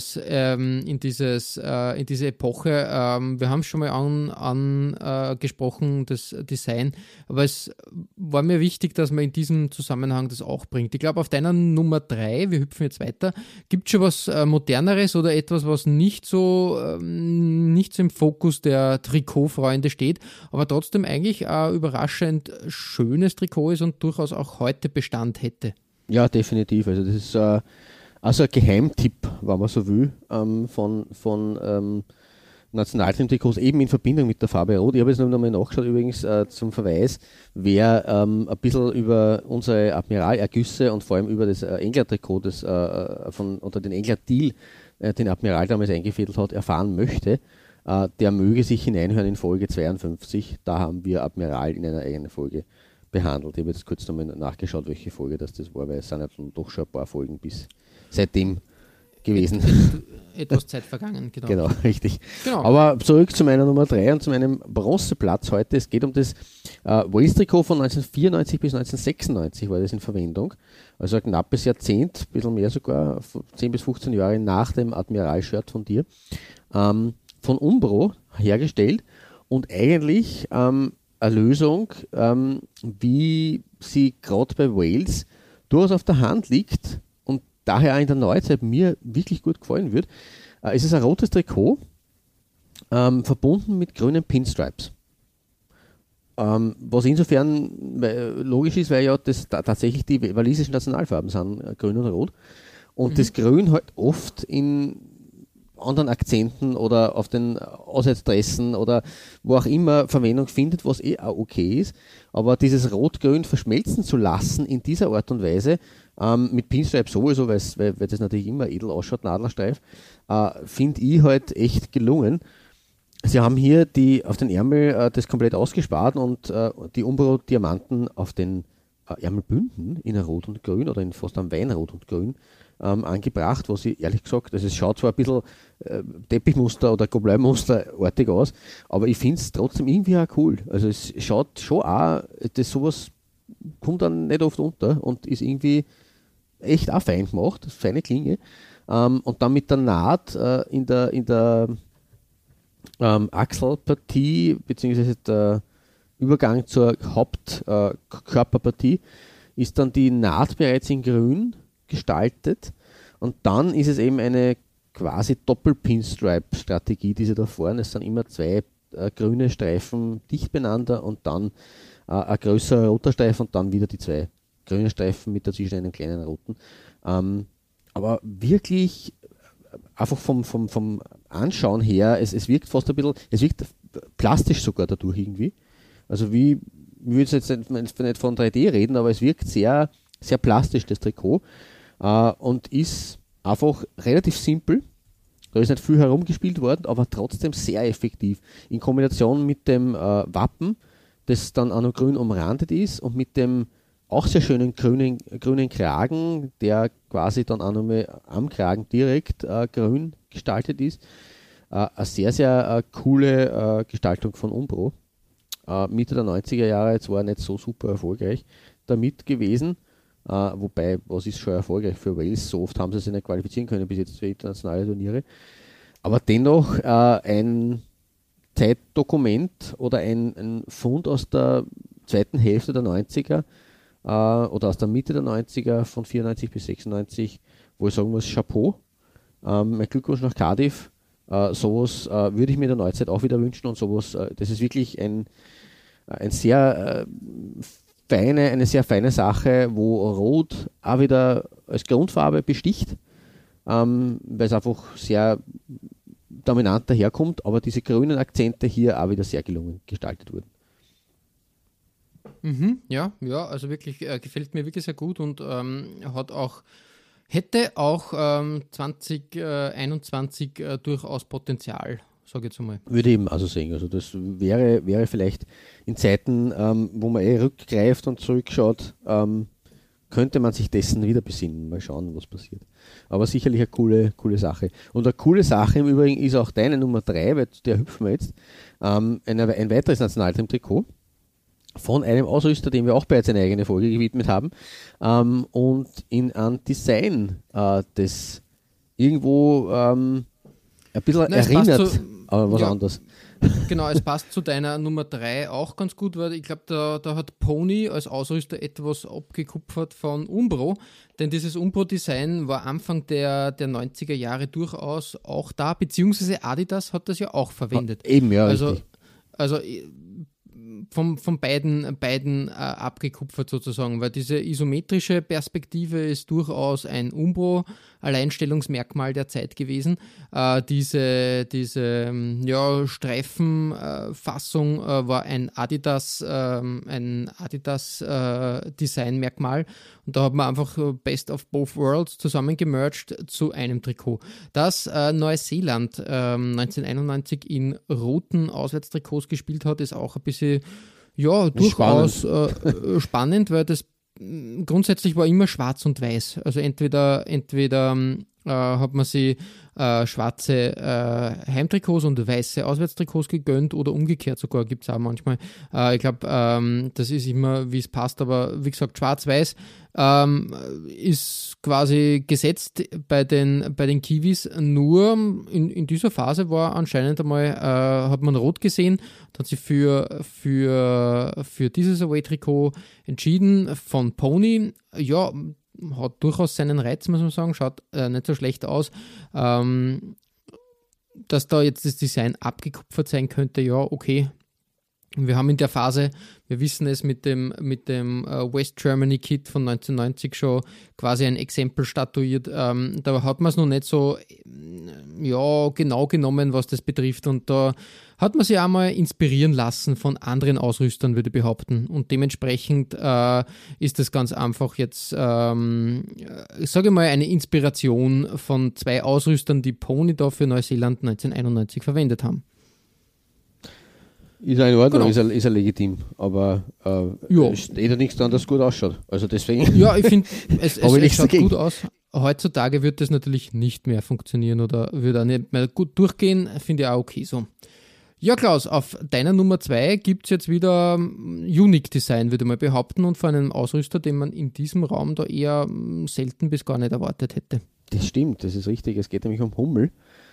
Epoche. Wir haben es schon mal angesprochen, das Design, aber es war mir wichtig, dass man in diesem Zusammenhang das auch bringt. Ich glaube, auf deiner Nummer 3, wir hüpfen jetzt weiter, gibt es schon was Moderneres oder etwas, was nicht so im Fokus der Trikotfreunde steht, aber trotzdem eigentlich ein überraschend schönes Trikot ist und durchaus auch heute Bestand hätte. Ja, definitiv. Also das ist also ein Geheimtipp, wenn man so will, von Nationalteam-Trikots, eben in Verbindung mit der Farbe Rot. Ich habe jetzt noch mal nachgeschaut, übrigens zum Verweis, wer ein bisschen über unsere Admiral-Ergüsse und vor allem über das England-Trikot, unter den England-Deal, den Admiral damals eingefädelt hat, erfahren möchte. der möge sich hineinhören in Folge 52. Da haben wir Admiral in einer eigenen Folge behandelt. Ich habe jetzt kurz nochmal nachgeschaut, welche Folge das war, weil es sind ja doch schon ein paar Folgen bis seitdem gewesen. Etwas Zeit vergangen, genau. Genau, richtig. Genau. Aber zurück zu meiner Nummer 3 und zu meinem Bronzeplatz heute. Es geht um das Wales-Trikot von 1994 bis 1996 war das in Verwendung. Also ein knappes Jahrzehnt, ein bisschen mehr sogar, 10 bis 15 Jahre nach dem Admiral-Shirt von dir. Von Umbro hergestellt und eigentlich eine Lösung, wie sie gerade bei Wales durchaus auf der Hand liegt und daher auch in der Neuzeit mir wirklich gut gefallen wird. Es ist ein rotes Trikot, verbunden mit grünen Pinstripes. Was insofern logisch ist, weil ja das tatsächlich die walisischen Nationalfarben sind, grün und rot. Und das Grün halt oft in anderen Akzenten oder auf den Auswärtsdressen oder wo auch immer Verwendung findet, was auch okay ist. Aber dieses Rot-Grün verschmelzen zu lassen in dieser Art und Weise, mit Pinstripe sowieso, weil das natürlich immer edel ausschaut, Nadlerstreif, finde ich halt echt gelungen. Sie haben hier auf den Ärmel das komplett ausgespart und die Umbro-Diamanten auf den Ärmelbünden in Rot und Grün oder in fast einem Weinrot und Grün angebracht, was ich ehrlich gesagt, also es schaut zwar ein bisschen Teppichmuster oder Gobelin-Musterartig aus, aber ich finde es trotzdem irgendwie auch cool. Also es schaut schon auch, das sowas kommt dann nicht oft unter und ist irgendwie echt auch fein gemacht, feine Klinge. Und dann mit der Naht in der Achselpartie, beziehungsweise der Übergang zur Hauptkörperpartie, ist dann die Naht bereits in Grün gestaltet und dann ist es eben eine quasi Doppel-Pinstripe-Strategie, die sie da fahren. Es sind immer zwei grüne Streifen dicht beieinander und dann ein größerer roter Streifen und dann wieder die zwei grünen Streifen mit dazwischen einem kleinen roten. Aber wirklich einfach vom Anschauen her, es wirkt fast ein bisschen, es wirkt plastisch sogar dadurch irgendwie. Also ich würde jetzt nicht von 3D reden, aber es wirkt sehr, sehr plastisch, das Trikot. Und ist einfach relativ simpel. Da ist nicht viel herumgespielt worden, aber trotzdem sehr effektiv. In Kombination mit dem Wappen, das dann auch noch grün umrandet ist und mit dem auch sehr schönen grünen Kragen, der quasi dann auch noch mal am Kragen direkt grün gestaltet ist. Eine sehr, sehr coole Gestaltung von Umbro. Mitte der 90er Jahre, jetzt war nicht so super erfolgreich damit gewesen. Wobei, was ist schon erfolgreich für Wales? So oft haben sie sich nicht qualifizieren können bis jetzt für internationale Turniere. Aber dennoch ein Zeitdokument oder ein Fund aus der zweiten Hälfte der 90er oder aus der Mitte der 90er von 94 bis 96, wo ich sagen muss, Chapeau. Mein Glückwunsch nach Cardiff. Sowas würde ich mir in der Neuzeit auch wieder wünschen und sowas, das ist wirklich eine sehr feine Sache, wo Rot auch wieder als Grundfarbe besticht, weil es einfach sehr dominant daherkommt, aber diese grünen Akzente hier auch wieder sehr gelungen gestaltet wurden. Ja, also wirklich gefällt mir wirklich sehr gut und hätte auch 2021 durchaus Potenzial, sage ich jetzt einmal. Würde eben also sehen. Also das wäre vielleicht in Zeiten, wo man rückgreift und zurückschaut, könnte man sich dessen wieder besinnen. Mal schauen, was passiert. Aber sicherlich eine coole Sache. Und eine coole Sache im Übrigen ist auch deine Nummer 3, weil der hüpfen wir jetzt. Ein weiteres Nationalteam-Trikot von einem Ausrüster, dem wir auch bereits eine eigene Folge gewidmet haben, und in ein Design, das irgendwo ein bisschen erinnert, aber was anderes. Genau, es passt zu deiner Nummer 3 auch ganz gut, weil ich glaube, da hat Pony als Ausrüster etwas abgekupfert von Umbro, denn dieses Umbro-Design war Anfang der 90er Jahre durchaus auch da, beziehungsweise Adidas hat das ja auch verwendet. Eben, ja, also, richtig. Also von beiden abgekupfert sozusagen, weil diese isometrische Perspektive ist durchaus ein Umbro-Alleinstellungsmerkmal der Zeit gewesen. Diese Streifenfassung war ein Adidas-Designmerkmal und da hat man einfach Best of Both Worlds zusammengemerged zu einem Trikot. Das Neuseeland 1991 in roten Auswärtstrikots gespielt hat, ist auch ein bisschen durchaus spannend, weil das grundsätzlich war immer schwarz und weiß. Also entweder hat man sie schwarze Heimtrikots und weiße Auswärtstrikots gegönnt oder umgekehrt sogar, gibt es auch manchmal. Ich glaube, das ist immer, wie es passt, aber wie gesagt, schwarz-weiß ist quasi gesetzt bei den Kiwis. Nur in dieser Phase war anscheinend einmal, hat man rot gesehen, hat sich für dieses Away-Trikot entschieden von Pony. Ja, hat durchaus seinen Reiz, muss man sagen, schaut nicht so schlecht aus. Dass da jetzt das Design abgekupfert sein könnte, ja, okay. Wir haben in der Phase, wir wissen es, mit dem West Germany Kit von 1990 schon quasi ein Exempel statuiert. Da hat man es noch nicht so genau genommen, was das betrifft. Und da hat man sich auch mal inspirieren lassen von anderen Ausrüstern, würde ich behaupten. Und dementsprechend ist das ganz einfach jetzt, ich sage mal, eine Inspiration von zwei Ausrüstern, die Pony da für Neuseeland 1991 verwendet haben. Ist ja in Ordnung, Genau. ist ja legitim, aber steht ja nichts dran, dass es gut ausschaut. Also deswegen. Ja, ich finde, es Habe ich nichts schaut dagegen. gut aus. Heutzutage wird das natürlich nicht mehr funktionieren oder würde auch nicht mehr gut durchgehen. Finde ich auch okay so. Ja, Klaus, auf deiner Nummer 2 gibt es jetzt wieder Unique Design, würde ich mal behaupten, und von einem Ausrüster, den man in diesem Raum da eher selten bis gar nicht erwartet hätte. Das stimmt, das ist richtig. Es geht nämlich um Hummel.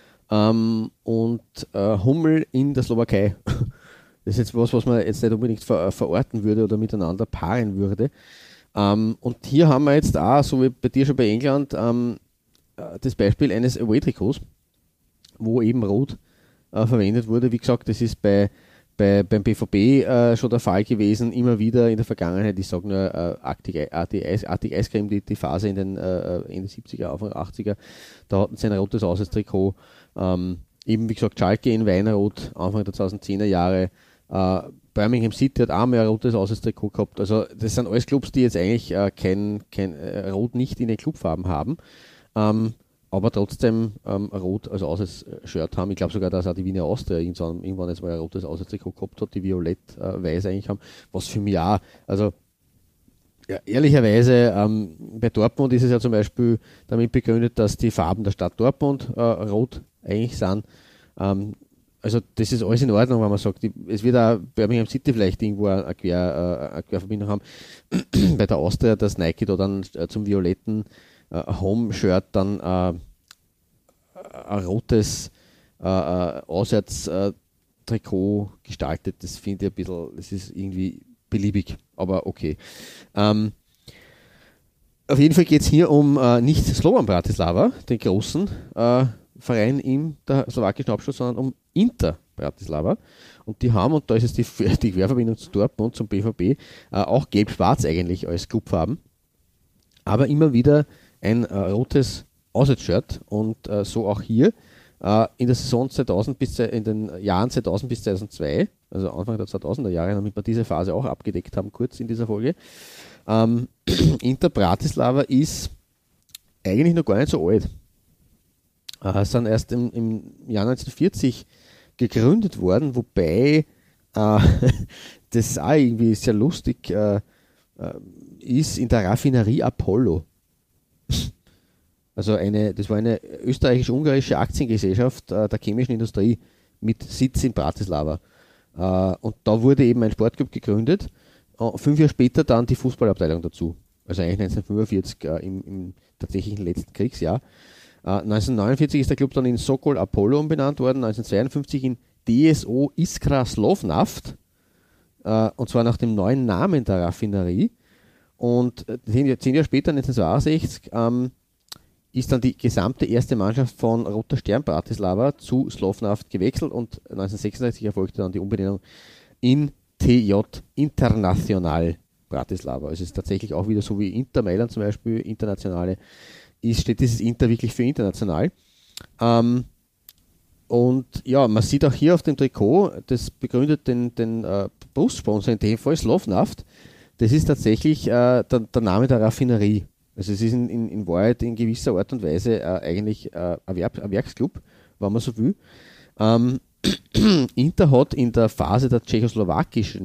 Hummel in der Slowakei. Das ist jetzt was man jetzt nicht unbedingt verorten würde oder miteinander paaren würde. Und hier haben wir jetzt auch, so wie bei dir schon bei England, das Beispiel eines Away-Trikots, wo eben Rot verwendet wurde. Wie gesagt, das ist beim BVB schon der Fall gewesen, immer wieder in der Vergangenheit. Ich sage nur Arctic Ice Cream, die Phase in den Ende 70er, Anfang 80er, da hatten sie ein rotes Auswärtstrikot. Eben wie gesagt, Schalke in Weinrot, Anfang der 2010er Jahre. Birmingham City hat auch mehr ein rotes Auswärtstrikot gehabt. Also das sind alles Clubs, die jetzt eigentlich kein Rot nicht in den Clubfarben haben. Aber trotzdem Rot als Auswärtsshirt haben. Ich glaube sogar, dass auch die Wiener Austria irgendwann jetzt mal ein rotes Auswärtstrikot gehabt hat, die violett-weiß eigentlich haben. Was für mich auch, also ja, ehrlicherweise, bei Dortmund ist es ja zum Beispiel damit begründet, dass die Farben der Stadt Dortmund rot eigentlich sind. Also das ist alles in Ordnung, wenn man sagt, es wird auch Birmingham City vielleicht irgendwo eine Querverbindung haben. Bei der Austria, dass Nike da dann zum violetten Home-Shirt dann ein rotes Auswärtstrikot gestaltet. Das finde ich ein bisschen, das ist irgendwie beliebig, aber okay. Auf jeden Fall geht es hier um nicht Slovan Bratislava, den großen Verein in der slowakischen Hauptstadt, sondern um Inter Bratislava. Und die haben, und da ist jetzt die Querverbindung zu Dortmund, zum BVB, auch gelb-schwarz eigentlich als Clubfarben, aber immer wieder ein rotes Auswärtsshirt und so auch hier in der Saison 2000 in den Jahren 2000 bis 2002, also Anfang der 2000er Jahre, damit wir diese Phase auch abgedeckt haben, kurz in dieser Folge. Inter Bratislava ist eigentlich noch gar nicht so alt. Sind erst im Jahr 1940 gegründet worden, wobei das auch irgendwie sehr lustig ist, in der Raffinerie Apollo. Also das war eine österreichisch-ungarische Aktiengesellschaft der chemischen Industrie mit Sitz in Bratislava. Und da wurde eben ein Sportclub gegründet. 5 Jahre später dann die Fußballabteilung dazu. Also eigentlich 1945 im tatsächlichen letzten Kriegsjahr. 1949 ist der Club dann in Sokol Apollo umbenannt worden, 1952 in DSO Iskra Slovnaft, und zwar nach dem neuen Namen der Raffinerie. Und 10 Jahre später, 1962, ist dann die gesamte erste Mannschaft von Roter Stern Bratislava zu Slovnaft gewechselt und 1966 erfolgte dann die Umbenennung in TJ International Bratislava. Also es ist tatsächlich auch wieder so wie Inter Mailand zum Beispiel, Internationale, steht dieses Inter wirklich für international. Und ja, man sieht auch hier auf dem Trikot, das begründet den Brustsponsor, in dem Fall Slovnaft. Das ist tatsächlich der Name der Raffinerie. Also es ist in Wahrheit in gewisser Art und Weise eigentlich ein Werksclub, wenn man so will. Inter hat in der Phase der Tschechoslowakei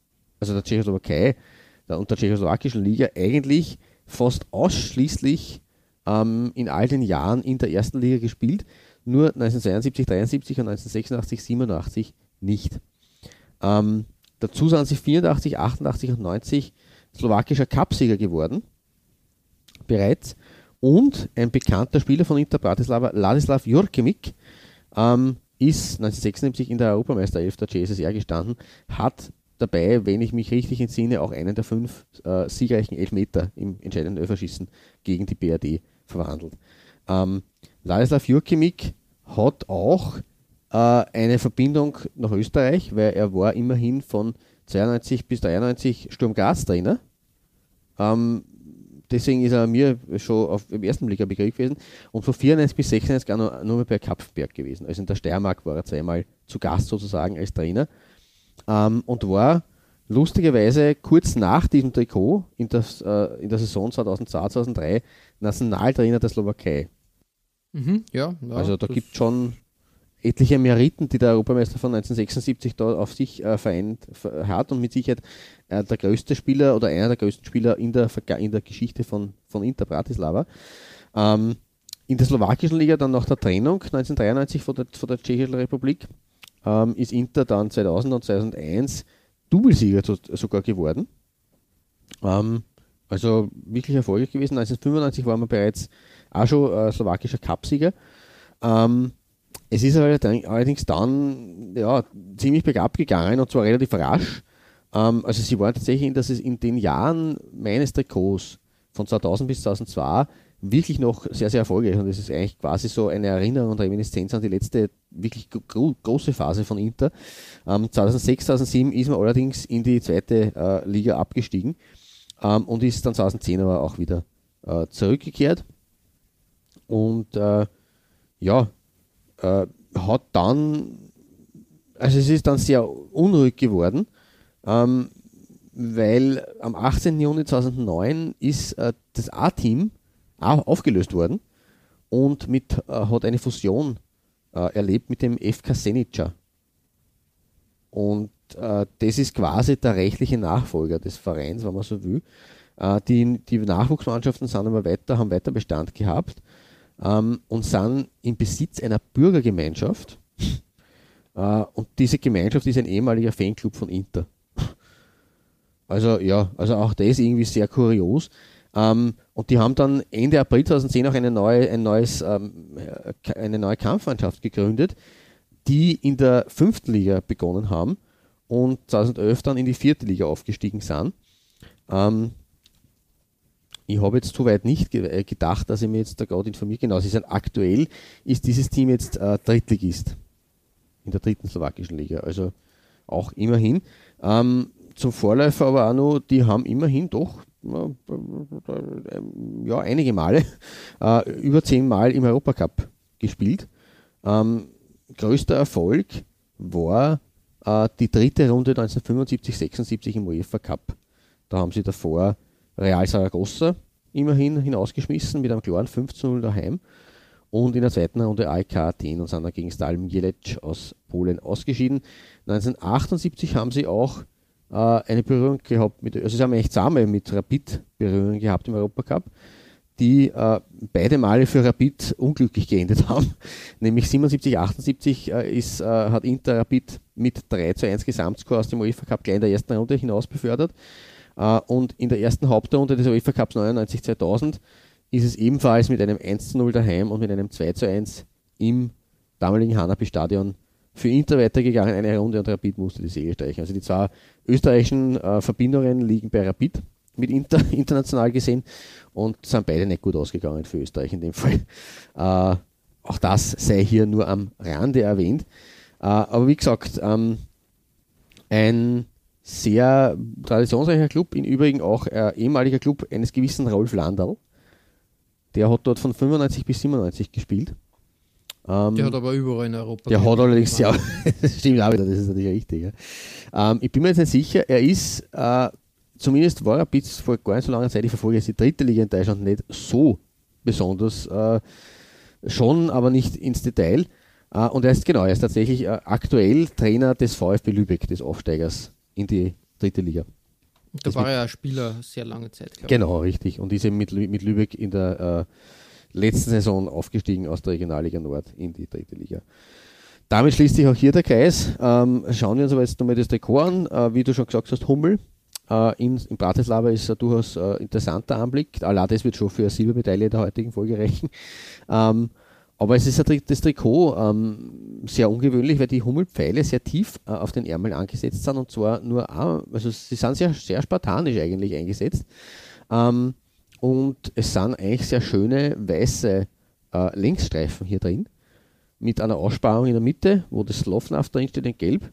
und der tschechoslowakischen Liga eigentlich fast ausschließlich in all den Jahren in der ersten Liga gespielt, nur 1972, 73 und 1986, 87 nicht. Dazu sind sie 84, 88 und 90 slowakischer Cupsieger geworden bereits, und ein bekannter Spieler von Inter Bratislava, Ladislav Jurkemik, ist 1976 in der Europameisterelf der CSSR gestanden, hat dabei, wenn ich mich richtig entsinne, auch einen der 5 siegreichen Elfmeter im entscheidenden Elferschießen gegen die BRD verwandelt. Ladislav Jurkemik hat auch eine Verbindung nach Österreich, weil er war immerhin von 92 bis 93 Sturm Graz Trainer. Deswegen ist er mir schon im ersten Blick ein Begriff gewesen, und von 94 bis 96 auch nur mehr bei Kapfenberg gewesen. Also in der Steiermark war er zweimal zu Gast sozusagen als Trainer, und war lustigerweise kurz nach diesem Trikot in der Saison 2002-2003 Nationaltrainer der Slowakei. Ja, also da gibt es schon etliche Meriten, die der Europameister von 1976 da auf sich vereint hat, und mit Sicherheit der größte Spieler oder einer der größten Spieler in der Geschichte von Inter Bratislava. In der slowakischen Liga dann nach der Trennung 1993 von der Tschechischen Republik ist Inter dann 2000 und 2001 Doublesieger sogar geworden. Also wirklich erfolgreich gewesen. 1995 waren wir bereits auch schon slowakischer Cupsieger. Es ist allerdings dann ziemlich bergab gegangen, und zwar relativ rasch. Also sie waren tatsächlich in den Jahren meines Trikots von 2000 bis 2002 wirklich noch sehr, sehr erfolgreich, und das ist eigentlich quasi so eine Erinnerung und Reminiszenz an die letzte wirklich große Phase von Inter. 2006, 2007 ist man allerdings in die zweite Liga abgestiegen und ist dann 2010 aber auch wieder zurückgekehrt, und hat dann, also es ist dann sehr unruhig geworden, weil am 18. Juni 2009 ist das A-Team aufgelöst worden und hat eine Fusion erlebt mit dem FK Senica. Und das ist quasi der rechtliche Nachfolger des Vereins, wenn man so will. Die Nachwuchsmannschaften haben weiter Bestand gehabt und sind im Besitz einer Bürgergemeinschaft. Und diese Gemeinschaft ist ein ehemaliger Fanclub von Inter. Also auch das irgendwie sehr kurios. Und die haben dann Ende April 2010 auch eine neue Kampfmannschaft gegründet, die in der 5. Liga begonnen haben und 2011 dann in die 4. Liga aufgestiegen sind. Ich habe jetzt soweit nicht gedacht, dass ich mir jetzt da gerade informiere. Genau, aktuell ist dieses Team jetzt Drittligist in der 3. slowakischen Liga. Also auch immerhin. Zum Vorläufer aber auch noch, die haben immerhin doch einige Male, über 10 Mal im Europacup gespielt. Größter Erfolg war die 3. Runde 1975-76 im UEFA Cup. Da haben sie davor Real Saragossa immerhin hinausgeschmissen mit einem klaren 5:0 daheim, und in der 2. Runde AEK Athen und sind dann gegen Stal Mielec aus Polen ausgeschieden. 1978 haben sie auch eine Berührung gehabt, sie haben eigentlich zusammen mit Rapid Berührung gehabt im Europacup, die beide Male für Rapid unglücklich geendet haben. Nämlich 77, 78 hat Inter Rapid mit 3:1 Gesamtscore aus dem UEFA Cup gleich in der ersten Runde hinaus befördert. Und in der ersten Hauptrunde des UEFA Cups 99-2000 ist es ebenfalls mit einem 1:0 daheim und mit einem 2:1 im damaligen Hanapi-Stadion für Inter weitergegangen, eine Runde, und Rapid musste die Segel streichen. Also die zwei österreichischen Verbindungen liegen bei Rapid mit Inter international gesehen und sind beide nicht gut ausgegangen für Österreich in dem Fall. Auch das sei hier nur am Rande erwähnt. Aber wie gesagt, ein sehr traditionsreicher Club, im Übrigen auch ehemaliger Club eines gewissen Rolf Landl. Der hat dort von 95 bis 97 gespielt. Der hat aber überall in Europa. Der hat allerdings, ja, das stimmt auch wieder, das ist natürlich richtig. Ja. Ich bin mir jetzt nicht sicher, er ist, zumindest war er bis vor gar nicht so langer Zeit, ich verfolge jetzt die dritte Liga in Deutschland nicht so besonders, schon, aber nicht ins Detail. Und er ist tatsächlich aktuell Trainer des VfB Lübeck, des Aufsteigers in die dritte Liga. Da war er ja Spieler sehr lange Zeit, glaube ich. Genau, richtig. Und ist eben mit Lübeck in der letzten Saison aufgestiegen aus der Regionalliga Nord in die dritte Liga. Damit schließt sich auch hier der Kreis. Schauen wir uns aber jetzt nochmal das Trikot an. Wie du schon gesagt hast, Hummel in Bratislava ist ein durchaus interessanter Anblick. Allein das wird schon für eine Silbermedaille der heutigen Folge reichen. Aber es ist das Trikot sehr ungewöhnlich, weil die Hummelpfeile sehr tief auf den Ärmeln angesetzt sind und zwar also sie sind sehr, sehr spartanisch eigentlich eingesetzt. Und es sind eigentlich sehr schöne weiße Längsstreifen hier drin mit einer Aussparung in der Mitte, wo das Slovnaft drin steht in Gelb.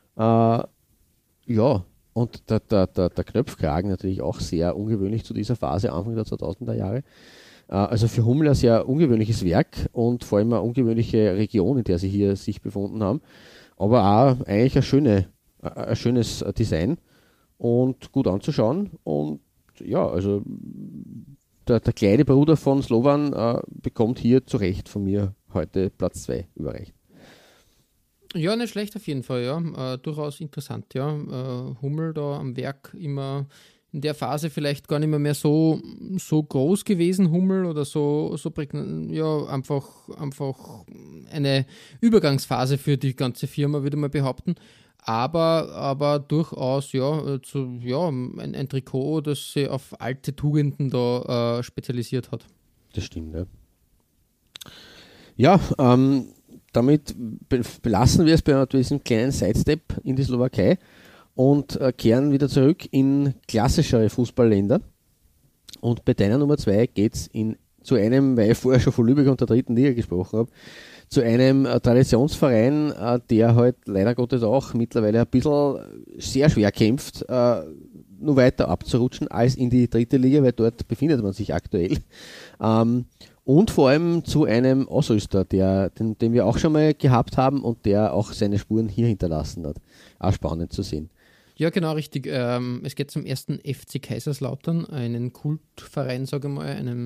Und der Knöpfkragen natürlich auch sehr ungewöhnlich zu dieser Phase, Anfang der 2000er Jahre. Also für Hummel ein sehr ungewöhnliches Werk und vor allem eine ungewöhnliche Region, in der sie hier sich befunden haben. Aber auch eigentlich ein schönes Design und gut anzuschauen. Und ja, also der kleine Bruder von Slovan bekommt hier zu Recht von mir heute Platz 2 überreicht. Ja, nicht schlecht auf jeden Fall, ja. Durchaus interessant, ja. Hummel da am Werk immer in der Phase vielleicht gar nicht mehr so groß gewesen, Hummel, oder so prägnant, ja, einfach eine Übergangsphase für die ganze Firma, würde man behaupten. Aber durchaus, ein Trikot, das sich auf alte Tugenden da spezialisiert hat. Das stimmt, ja. Ja, damit belassen wir es bei diesem kleinen Sidestep in die Slowakei und kehren wieder zurück in klassischere Fußballländer. Und bei deiner Nummer 2 geht es zu einem, weil ich vorher schon von Lübeck und der dritten Liga gesprochen habe, zu einem Traditionsverein, der halt leider Gottes auch mittlerweile ein bisschen sehr schwer kämpft, nur weiter abzurutschen als in die dritte Liga, weil dort befindet man sich aktuell. Und vor allem zu einem Ausrüster, den wir auch schon mal gehabt haben und der auch seine Spuren hier hinterlassen hat. Auch spannend zu sehen. Ja, genau, richtig. Es geht zum ersten FC Kaiserslautern, einen Kultverein, sage ich mal,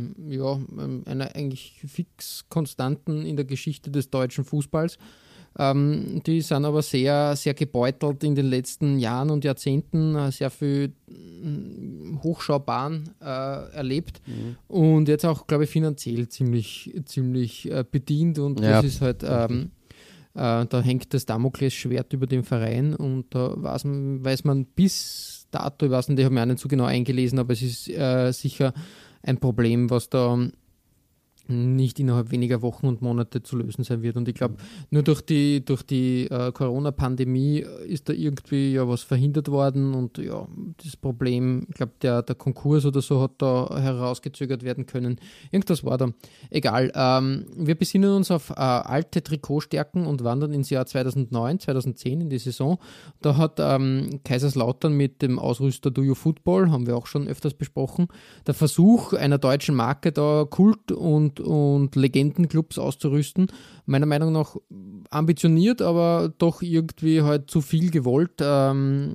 einer eigentlich fix Konstanten in der Geschichte des deutschen Fußballs. Die sind aber sehr, sehr gebeutelt in den letzten Jahren und Jahrzehnten, sehr viel Hochschaubahn erlebt und jetzt auch, glaube ich, finanziell ziemlich bedient und das ist halt, da hängt das Damoklesschwert über dem Verein und da weiß man bis dato, ich weiß nicht, ich habe mich auch nicht so genau eingelesen, aber es ist sicher ein Problem, was da nicht innerhalb weniger Wochen und Monate zu lösen sein wird. Und ich glaube, nur durch die Corona-Pandemie ist da irgendwie ja was verhindert worden und ja, das Problem, ich glaube, der Konkurs oder so hat da herausgezögert werden können. Irgendwas war da. Egal. Wir besinnen uns auf alte Trikotstärken und wandern ins Jahr 2009, 2010 in die Saison. Da hat Kaiserslautern mit dem Ausrüster Do You Football, haben wir auch schon öfters besprochen, der Versuch einer deutschen Marke da Kult und Legendenclubs auszurüsten. Meiner Meinung nach ambitioniert, aber doch irgendwie halt zu viel gewollt. Da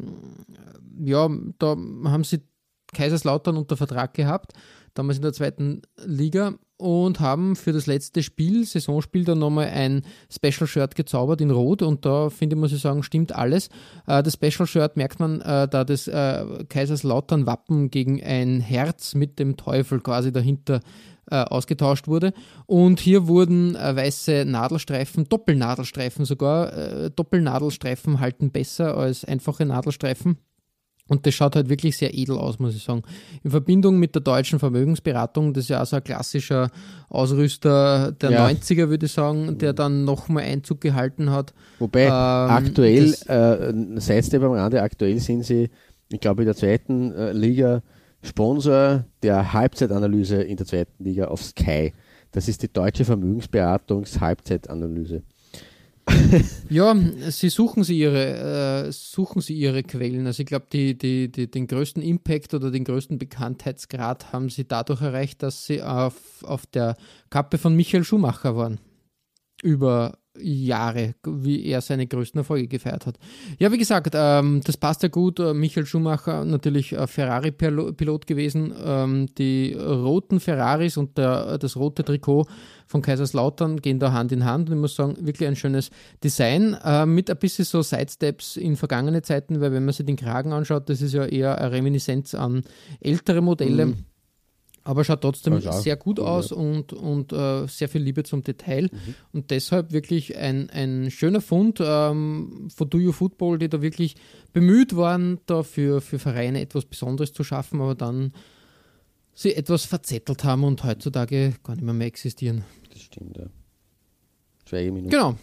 haben sie Kaiserslautern unter Vertrag gehabt, damals in der zweiten Liga, und haben für das letzte Saisonspiel, dann nochmal ein Special-Shirt gezaubert in Rot und da, finde ich, muss ich sagen, stimmt alles. Das Special-Shirt merkt man, da das Kaiserslautern-Wappen gegen ein Herz mit dem Teufel quasi dahinter ausgetauscht wurde. Und hier wurden weiße Nadelstreifen, Doppelnadelstreifen sogar. Doppelnadelstreifen halten besser als einfache Nadelstreifen. Und das schaut halt wirklich sehr edel aus, muss ich sagen. In Verbindung mit der deutschen Vermögensberatung, das ist ja auch so ein klassischer Ausrüster der 90er, würde ich sagen, der dann nochmal Einzug gehalten hat. Wobei aktuell, Sidestep am Rande, aktuell sind sie, ich glaube, in der zweiten Liga Sponsor der Halbzeitanalyse in der zweiten Liga auf Sky. Das ist die deutsche Vermögensberatungs-Halbzeitanalyse. Ja, suchen sie ihre Quellen. Also ich glaube, den größten Impact oder den größten Bekanntheitsgrad haben sie dadurch erreicht, dass sie auf der Kappe von Michael Schumacher waren. Über Jahre, wie er seine größten Erfolge gefeiert hat. Ja, wie gesagt, das passt ja gut. Michael Schumacher, natürlich Ferrari-Pilot gewesen. Die roten Ferraris und das rote Trikot von Kaiserslautern gehen da Hand in Hand. Und ich muss sagen, wirklich ein schönes Design mit ein bisschen so Sidesteps in vergangene Zeiten, weil wenn man sich den Kragen anschaut, das ist ja eher eine Reminiszenz an ältere Modelle. Aber schaut trotzdem sehr gut aus und sehr viel Liebe zum Detail. Und deshalb wirklich ein schöner Fund von Do You Football, die da wirklich bemüht waren, da für Vereine etwas Besonderes zu schaffen, aber dann sie etwas verzettelt haben und heutzutage gar nicht mehr existieren. Das stimmt, ja. Schweigeminute. Genau.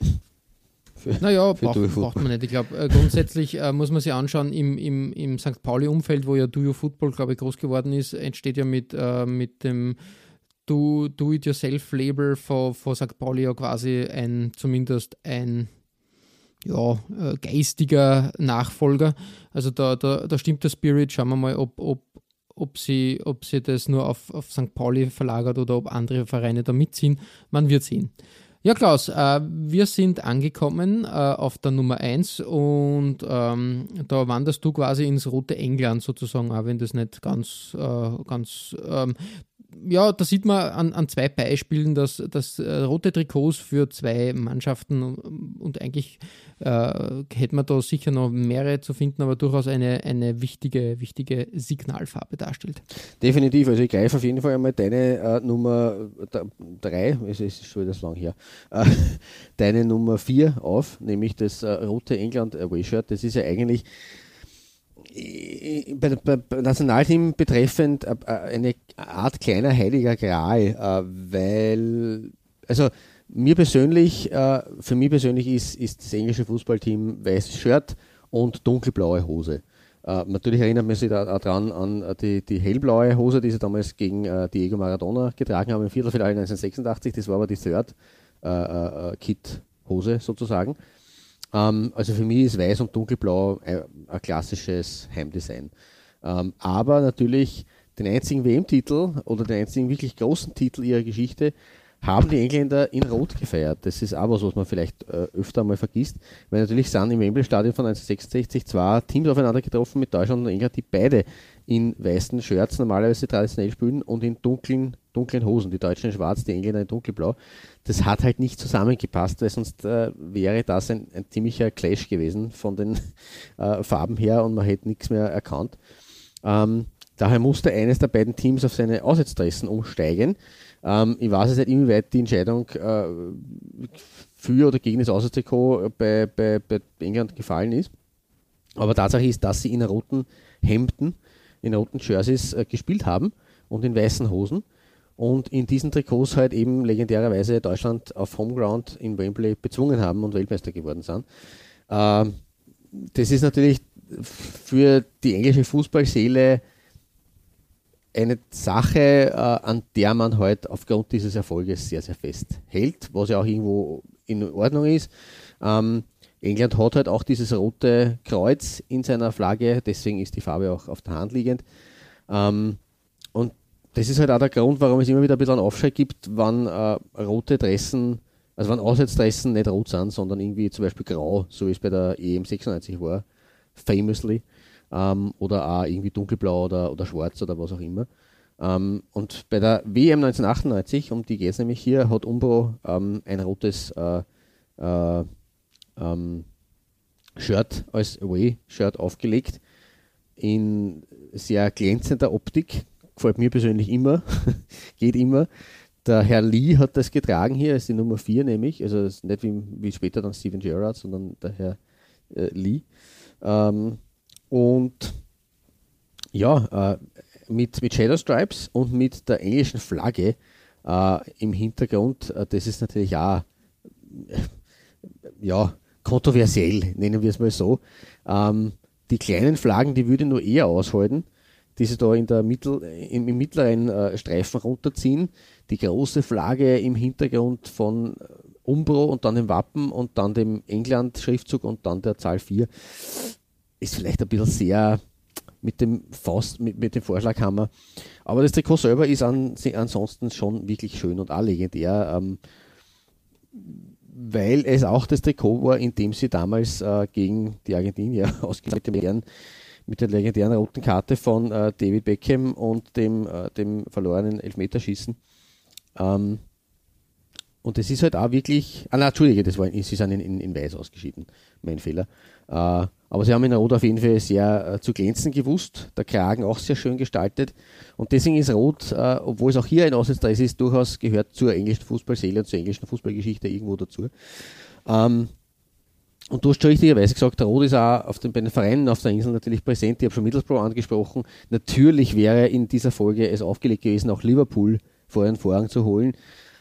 Braucht man nicht. Ich glaube, grundsätzlich muss man sich anschauen, im St. Pauli-Umfeld, wo ja Do You Football, glaube ich, groß geworden ist, entsteht ja mit dem Do-It-Yourself-Label von St. Pauli ja quasi zumindest ein geistiger Nachfolger. Also da stimmt der Spirit. Schauen wir mal, ob sie das nur auf St. Pauli verlagert oder ob andere Vereine da mitziehen. Man wird sehen. Ja, Klaus, wir sind angekommen auf der Nummer 1 und da wanderst du quasi ins rote England sozusagen, auch wenn das nicht ganz da sieht man an zwei Beispielen, dass rote Trikots für zwei Mannschaften und eigentlich hätte man da sicher noch mehrere zu finden, aber durchaus eine wichtige Signalfarbe darstellt. Definitiv, also ich greife auf jeden Fall einmal deine Nummer 3, es ist schon wieder so lang her, deine Nummer 4 auf, nämlich das rote England Away-Shirt. Das ist ja eigentlich bei Nationalteam betreffend eine Art kleiner heiliger Gral, weil, also für mich persönlich ist das englische Fußballteam weißes Shirt und dunkelblaue Hose. Natürlich erinnert man sich daran an die hellblaue Hose, die sie damals gegen Diego Maradona getragen haben im Viertelfinale 1986. Das war aber die Third-Kit-Hose sozusagen. Also für mich ist weiß und dunkelblau ein klassisches Heimdesign. Aber natürlich den einzigen WM-Titel oder den einzigen wirklich großen Titel ihrer Geschichte haben die Engländer in Rot gefeiert. Das ist aber was man vielleicht öfter mal vergisst, weil natürlich sind im Wembley-Stadion von 1966 zwei Teams aufeinander getroffen mit Deutschland und England, die beide in weißen Shirts normalerweise traditionell spielen und in dunklen Hosen. Die Deutschen in schwarz, die Engländer in dunkelblau. Das hat halt nicht zusammengepasst, weil sonst wäre das ein ziemlicher Clash gewesen von den Farben her und man hätte nichts mehr erkannt. Daher musste eines der beiden Teams auf seine Auswärtsdressen umsteigen. Ich weiß jetzt nicht, inwieweit die Entscheidung für oder gegen das Auswärtstrikot bei England gefallen ist. Aber Tatsache ist, dass sie in roten Hemden, in roten Jerseys gespielt haben und in weißen Hosen. Und in diesen Trikots halt eben legendärerweise Deutschland auf Homeground in Wembley bezwungen haben und Weltmeister geworden sind. Das ist natürlich für die englische Fußballseele eine Sache, an der man halt aufgrund dieses Erfolges sehr, sehr fest hält, was ja auch irgendwo in Ordnung ist. England hat halt auch dieses rote Kreuz in seiner Flagge, deswegen ist die Farbe auch auf der Hand liegend. Und das ist halt auch der Grund, warum es immer wieder ein bisschen einen Aufschrei gibt, wann rote Dressen, also wann Auswärtsdressen nicht rot sind, sondern irgendwie zum Beispiel grau, so wie es bei der EM 96 war, famously. Oder auch irgendwie dunkelblau oder schwarz oder was auch immer. Und bei der WM 1998, um die geht es nämlich hier, hat Umbro ein rotes Shirt als Away-Shirt aufgelegt in sehr glänzender Optik. Gefällt mir persönlich immer, geht immer. Der Herr Lee hat das getragen hier, ist die Nummer 4 nämlich, also das ist nicht wie später dann Steven Gerrard, sondern der Herr Lee. Und ja, mit Shadow Stripes und mit der englischen Flagge im Hintergrund, das ist natürlich auch kontroversiell, nennen wir es mal so. Die kleinen Flaggen, die würde nur eher aushalten, die sie da im mittleren Streifen runterziehen. Die große Flagge im Hintergrund von Umbro und dann dem Wappen und dann dem England-Schriftzug und dann der Zahl 4 ist vielleicht ein bisschen sehr mit dem Vorschlaghammer. Aber das Trikot selber ist ansonsten schon wirklich schön und auch legendär, weil es auch das Trikot war, in dem sie damals gegen die Argentinier ausgespielt mit der legendären roten Karte von David Beckham und dem verlorenen Elfmeterschießen. Und es ist halt auch wirklich, Entschuldige, sie sind in Weiß ausgeschieden, mein Fehler. Aber sie haben in Rot auf jeden Fall sehr zu glänzen gewusst, der Kragen auch sehr schön gestaltet und deswegen ist Rot, obwohl es auch hier ein Außenstress ist, durchaus gehört zur englischen Fußballseele und zur englischen Fußballgeschichte irgendwo dazu. Und du hast schon richtigerweise gesagt, der Rot ist auch bei den Vereinen auf der Insel natürlich präsent. Ich habe schon Middlesbrough angesprochen. Natürlich wäre in dieser Folge es aufgelegt gewesen, auch Liverpool vor ihren Vorhang zu holen.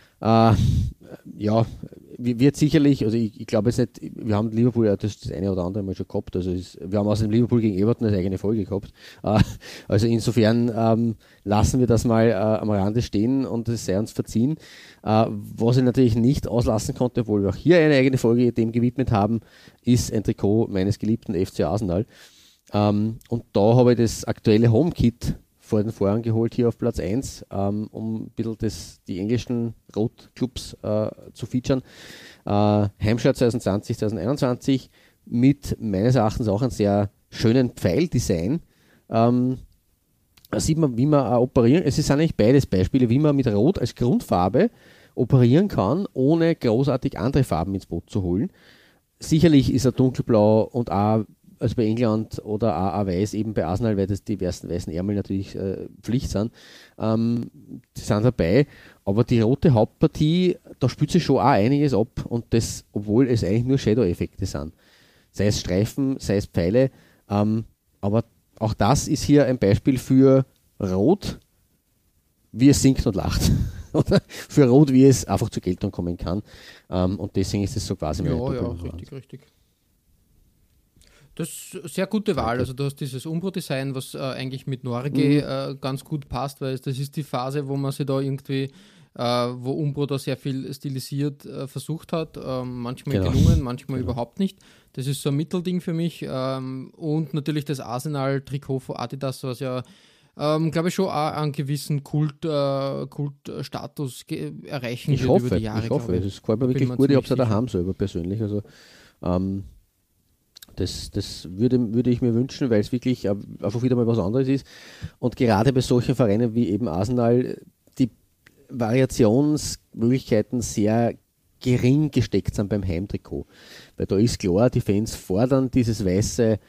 Ja, wird sicherlich, also ich glaube jetzt nicht, wir haben Liverpool ja das eine oder andere Mal schon gehabt, also wir haben außerdem Liverpool gegen Everton eine eigene Folge gehabt, also insofern lassen wir das mal am Rande stehen und es sei uns verziehen. Was ich natürlich nicht auslassen konnte, obwohl wir auch hier eine eigene Folge dem gewidmet haben, ist ein Trikot meines geliebten FC Arsenal, und da habe ich das aktuelle Home-Kit vor den Vorhang geholt, hier auf Platz 1, um ein bisschen die englischen Rotclubs zu featuren. Heimshirt 2020, 2021 mit meines Erachtens auch einem sehr schönen Pfeildesign. Da sieht man, wie man operieren, es sind eigentlich beides Beispiele, wie man mit Rot als Grundfarbe operieren kann, ohne großartig andere Farben ins Boot zu holen. Sicherlich ist er dunkelblau und auch also bei England oder auch weiß, eben bei Arsenal, weil das die weißen Ärmel natürlich Pflicht sind, die sind dabei, aber die rote Hauptpartie, da spielt sich schon auch einiges ab und das, obwohl es eigentlich nur Shadow-Effekte sind. Sei es Streifen, sei es Pfeile, aber auch das ist hier ein Beispiel für Rot, wie es singt und lacht. Oder für Rot, wie es einfach zur Geltung kommen kann. Und deswegen ist es so quasi Ja, richtig. Das ist eine sehr gute Wahl. Also du hast dieses Umbro-Design, was eigentlich mit Norge ganz gut passt, weil das ist die Phase, wo man sich da irgendwie, wo Umbro da sehr viel stilisiert versucht hat. Manchmal gelungen, manchmal überhaupt nicht. Das ist so ein Mittelding für mich. Und natürlich das Arsenal-Trikot von Adidas, was ja, glaube ich, schon auch einen gewissen Kultstatus erreichen wird über die Jahre. Ich hoffe, das gefällt mir wirklich gut. Ich habe es ja daheim selber persönlich. Also das würde ich mir wünschen, weil es wirklich einfach wieder mal was anderes ist. Und gerade bei solchen Vereinen wie eben Arsenal die Variationsmöglichkeiten sehr gering gesteckt sind beim Heimtrikot. Weil da ist klar, die Fans fordern diese weißen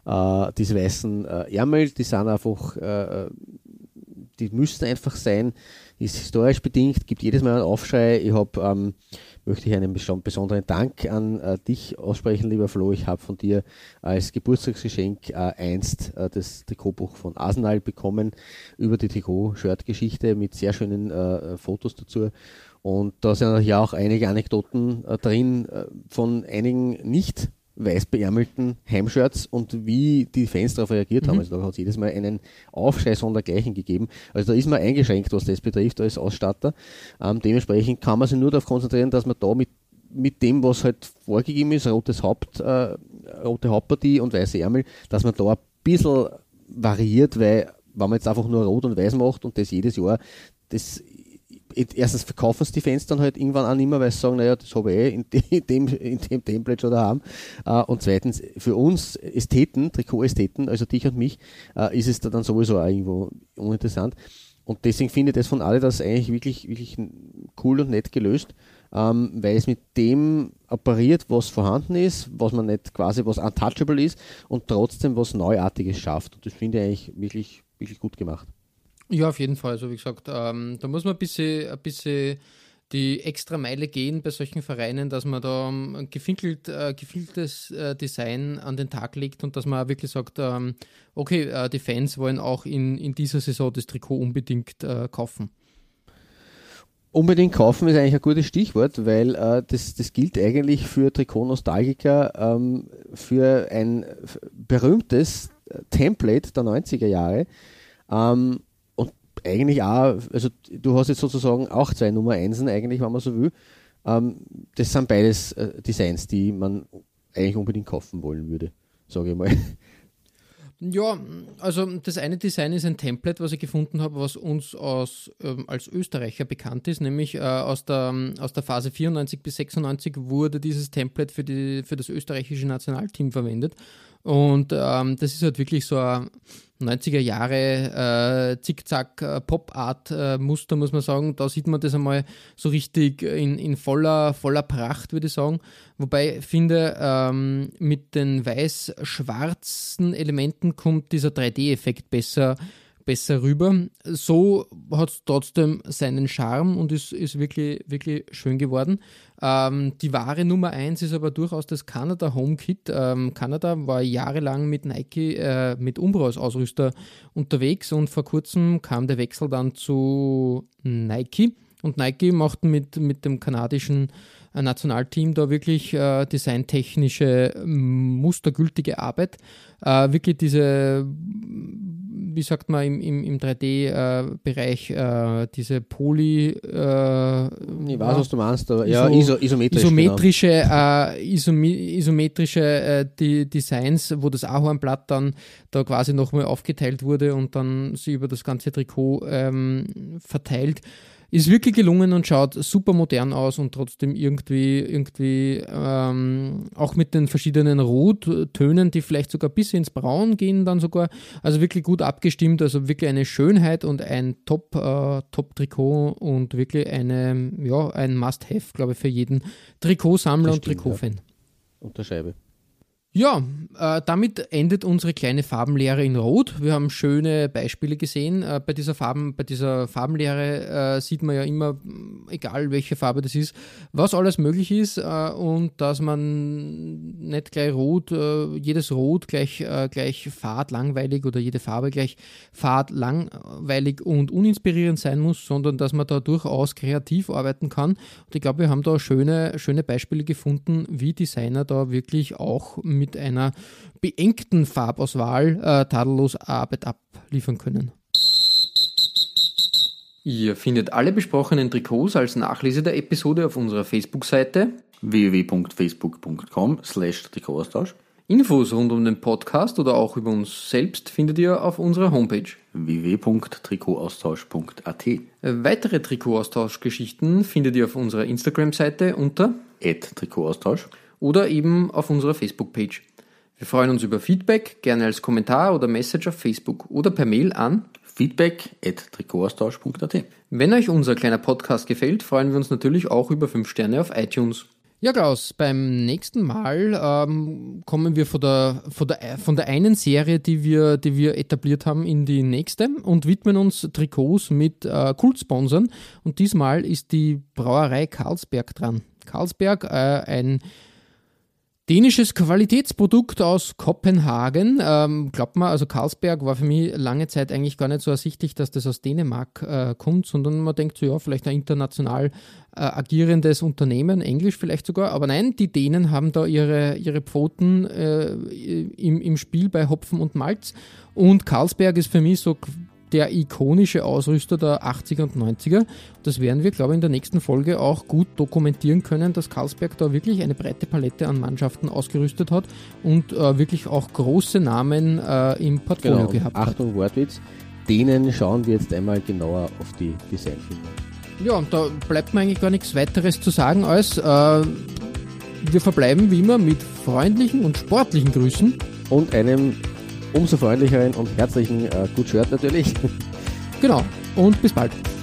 Ärmel, die sind einfach, die müssten einfach sein, ist historisch bedingt, gibt jedes Mal einen Aufschrei. Möchte ich einen besonderen Dank an dich aussprechen, lieber Flo. Ich habe von dir als Geburtstagsgeschenk einst das Trikotbuch von Arsenal bekommen über die Trikot-Shirt-Geschichte mit sehr schönen Fotos dazu. Und da sind ja auch einige Anekdoten drin von einigen nicht weiß beärmelten Heimshirts und wie die Fans darauf reagiert haben. Also da hat es jedes Mal einen Aufschrei sondergleichen gegeben. Also da ist man eingeschränkt, was das betrifft als Ausstatter. Dementsprechend kann man sich nur darauf konzentrieren, dass man da mit dem, was halt vorgegeben ist, rote Hauptpartie und weiße Ärmel, dass man da ein bisschen variiert, weil wenn man jetzt einfach nur rot und weiß macht und das jedes Jahr, erstens verkaufen es die Fans dann halt irgendwann auch nicht mehr, weil sie sagen, naja, das habe ich in dem Template schon daheim. Und zweitens, für uns Ästheten, Trikotästheten, also dich und mich, ist es da dann sowieso auch irgendwo uninteressant. Und deswegen finde ich das von Adidas eigentlich wirklich, wirklich cool und nett gelöst, weil es mit dem operiert, was vorhanden ist, was man nicht quasi, was untouchable ist und trotzdem was Neuartiges schafft. Und das finde ich eigentlich wirklich, wirklich gut gemacht. Ja, auf jeden Fall. Also wie gesagt, da muss man ein bisschen die extra Meile gehen bei solchen Vereinen, dass man da ein gefühltes Design an den Tag legt und dass man auch wirklich sagt, okay, die Fans wollen auch in dieser Saison das Trikot unbedingt kaufen. Unbedingt kaufen ist eigentlich ein gutes Stichwort, weil das gilt eigentlich für Trikot-Nostalgiker, für ein berühmtes Template der 90er Jahre. Und eigentlich auch, also du hast jetzt sozusagen auch zwei Nummer 1 eigentlich, wenn man so will. Das sind beides Designs, die man eigentlich unbedingt kaufen wollen würde, sage ich mal. Ja, also das eine Design ist ein Template, was ich gefunden habe, was uns als Österreicher bekannt ist, nämlich aus der Phase 94 bis 96 wurde dieses Template für das österreichische Nationalteam verwendet. Und das ist halt wirklich so ein 90er Jahre Zickzack-Pop-Art-Muster, muss man sagen. Da sieht man das einmal so richtig in voller Pracht, würde ich sagen. Wobei ich finde, mit den weiß-schwarzen Elementen kommt dieser 3D-Effekt besser rüber. So hat es trotzdem seinen Charme und ist wirklich, wirklich schön geworden. Die wahre Nummer 1 ist aber durchaus das Canada Home Kit. Canada war jahrelang mit Nike, mit Umbro als Ausrüster unterwegs und vor kurzem kam der Wechsel dann zu Nike. Und Nike macht mit dem kanadischen Nationalteam da wirklich designtechnische, mustergültige Arbeit. Wirklich diese, wie sagt man im 3D-Bereich, diese Poly... ich weiß, was du meinst, aber ja, isometrische Designs, wo das Ahornblatt dann da quasi nochmal aufgeteilt wurde und dann sie über das ganze Trikot verteilt. Ist wirklich gelungen und schaut super modern aus und trotzdem irgendwie auch mit den verschiedenen Rottönen, die vielleicht sogar bis ins Braun gehen dann sogar, also wirklich gut abgestimmt, also wirklich eine Schönheit und ein Top-Trikot und wirklich ein Must-Have, glaube ich, für jeden Trikotsammler und Trikotfan. Ja. Unter Scheibe. Ja, damit endet unsere kleine Farbenlehre in Rot. Wir haben schöne Beispiele gesehen. Bei dieser Farbenlehre sieht man ja immer, egal welche Farbe das ist, was alles möglich ist und dass man nicht gleich jedes Rot gleich fadlangweilig oder jede Farbe gleich fadlangweilig und uninspirierend sein muss, sondern dass man da durchaus kreativ arbeiten kann. Und ich glaube, wir haben da schöne Beispiele gefunden, wie Designer da wirklich auch mit einer beengten Farbauswahl tadellos Arbeit abliefern können. Ihr findet alle besprochenen Trikots als Nachlese der Episode auf unserer Facebook-Seite www.facebook.com/Trikotaustausch. Infos rund um den Podcast oder auch über uns selbst findet ihr auf unserer Homepage www.trikotaustausch.at. Weitere Trikotaustauschgeschichten findet ihr auf unserer Instagram-Seite unter @Trikotaustausch oder eben auf unserer Facebook-Page. Wir freuen uns über Feedback, gerne als Kommentar oder Message auf Facebook oder per Mail an feedback@trikotaustausch.at. Wenn euch unser kleiner Podcast gefällt, freuen wir uns natürlich auch über 5 Sterne auf iTunes. Ja, Klaus, beim nächsten Mal kommen wir von der einen Serie, die wir etabliert haben, in die nächste und widmen uns Trikots mit Kultsponsoren. Und diesmal ist die Brauerei Carlsberg dran. Carlsberg, ein dänisches Qualitätsprodukt aus Kopenhagen. Glaubt man, also Carlsberg war für mich lange Zeit eigentlich gar nicht so ersichtlich, dass das aus Dänemark kommt, sondern man denkt so, ja, vielleicht ein international agierendes Unternehmen, Englisch vielleicht sogar, aber nein, die Dänen haben da ihre Pfoten im Spiel bei Hopfen und Malz und Carlsberg ist für mich so der ikonische Ausrüster der 80er und 90er. Das werden wir, glaube ich, in der nächsten Folge auch gut dokumentieren können, dass Carlsberg da wirklich eine breite Palette an Mannschaften ausgerüstet hat und wirklich auch große Namen im Portfolio gehabt hat. Achtung, Wortwitz, denen schauen wir jetzt einmal genauer auf die Designfilme. Ja, und da bleibt mir eigentlich gar nichts weiteres zu sagen, als wir verbleiben wie immer mit freundlichen und sportlichen Grüßen. Und einem umso freundlicheren und herzlichen Good Shirt natürlich. Genau, und bis bald.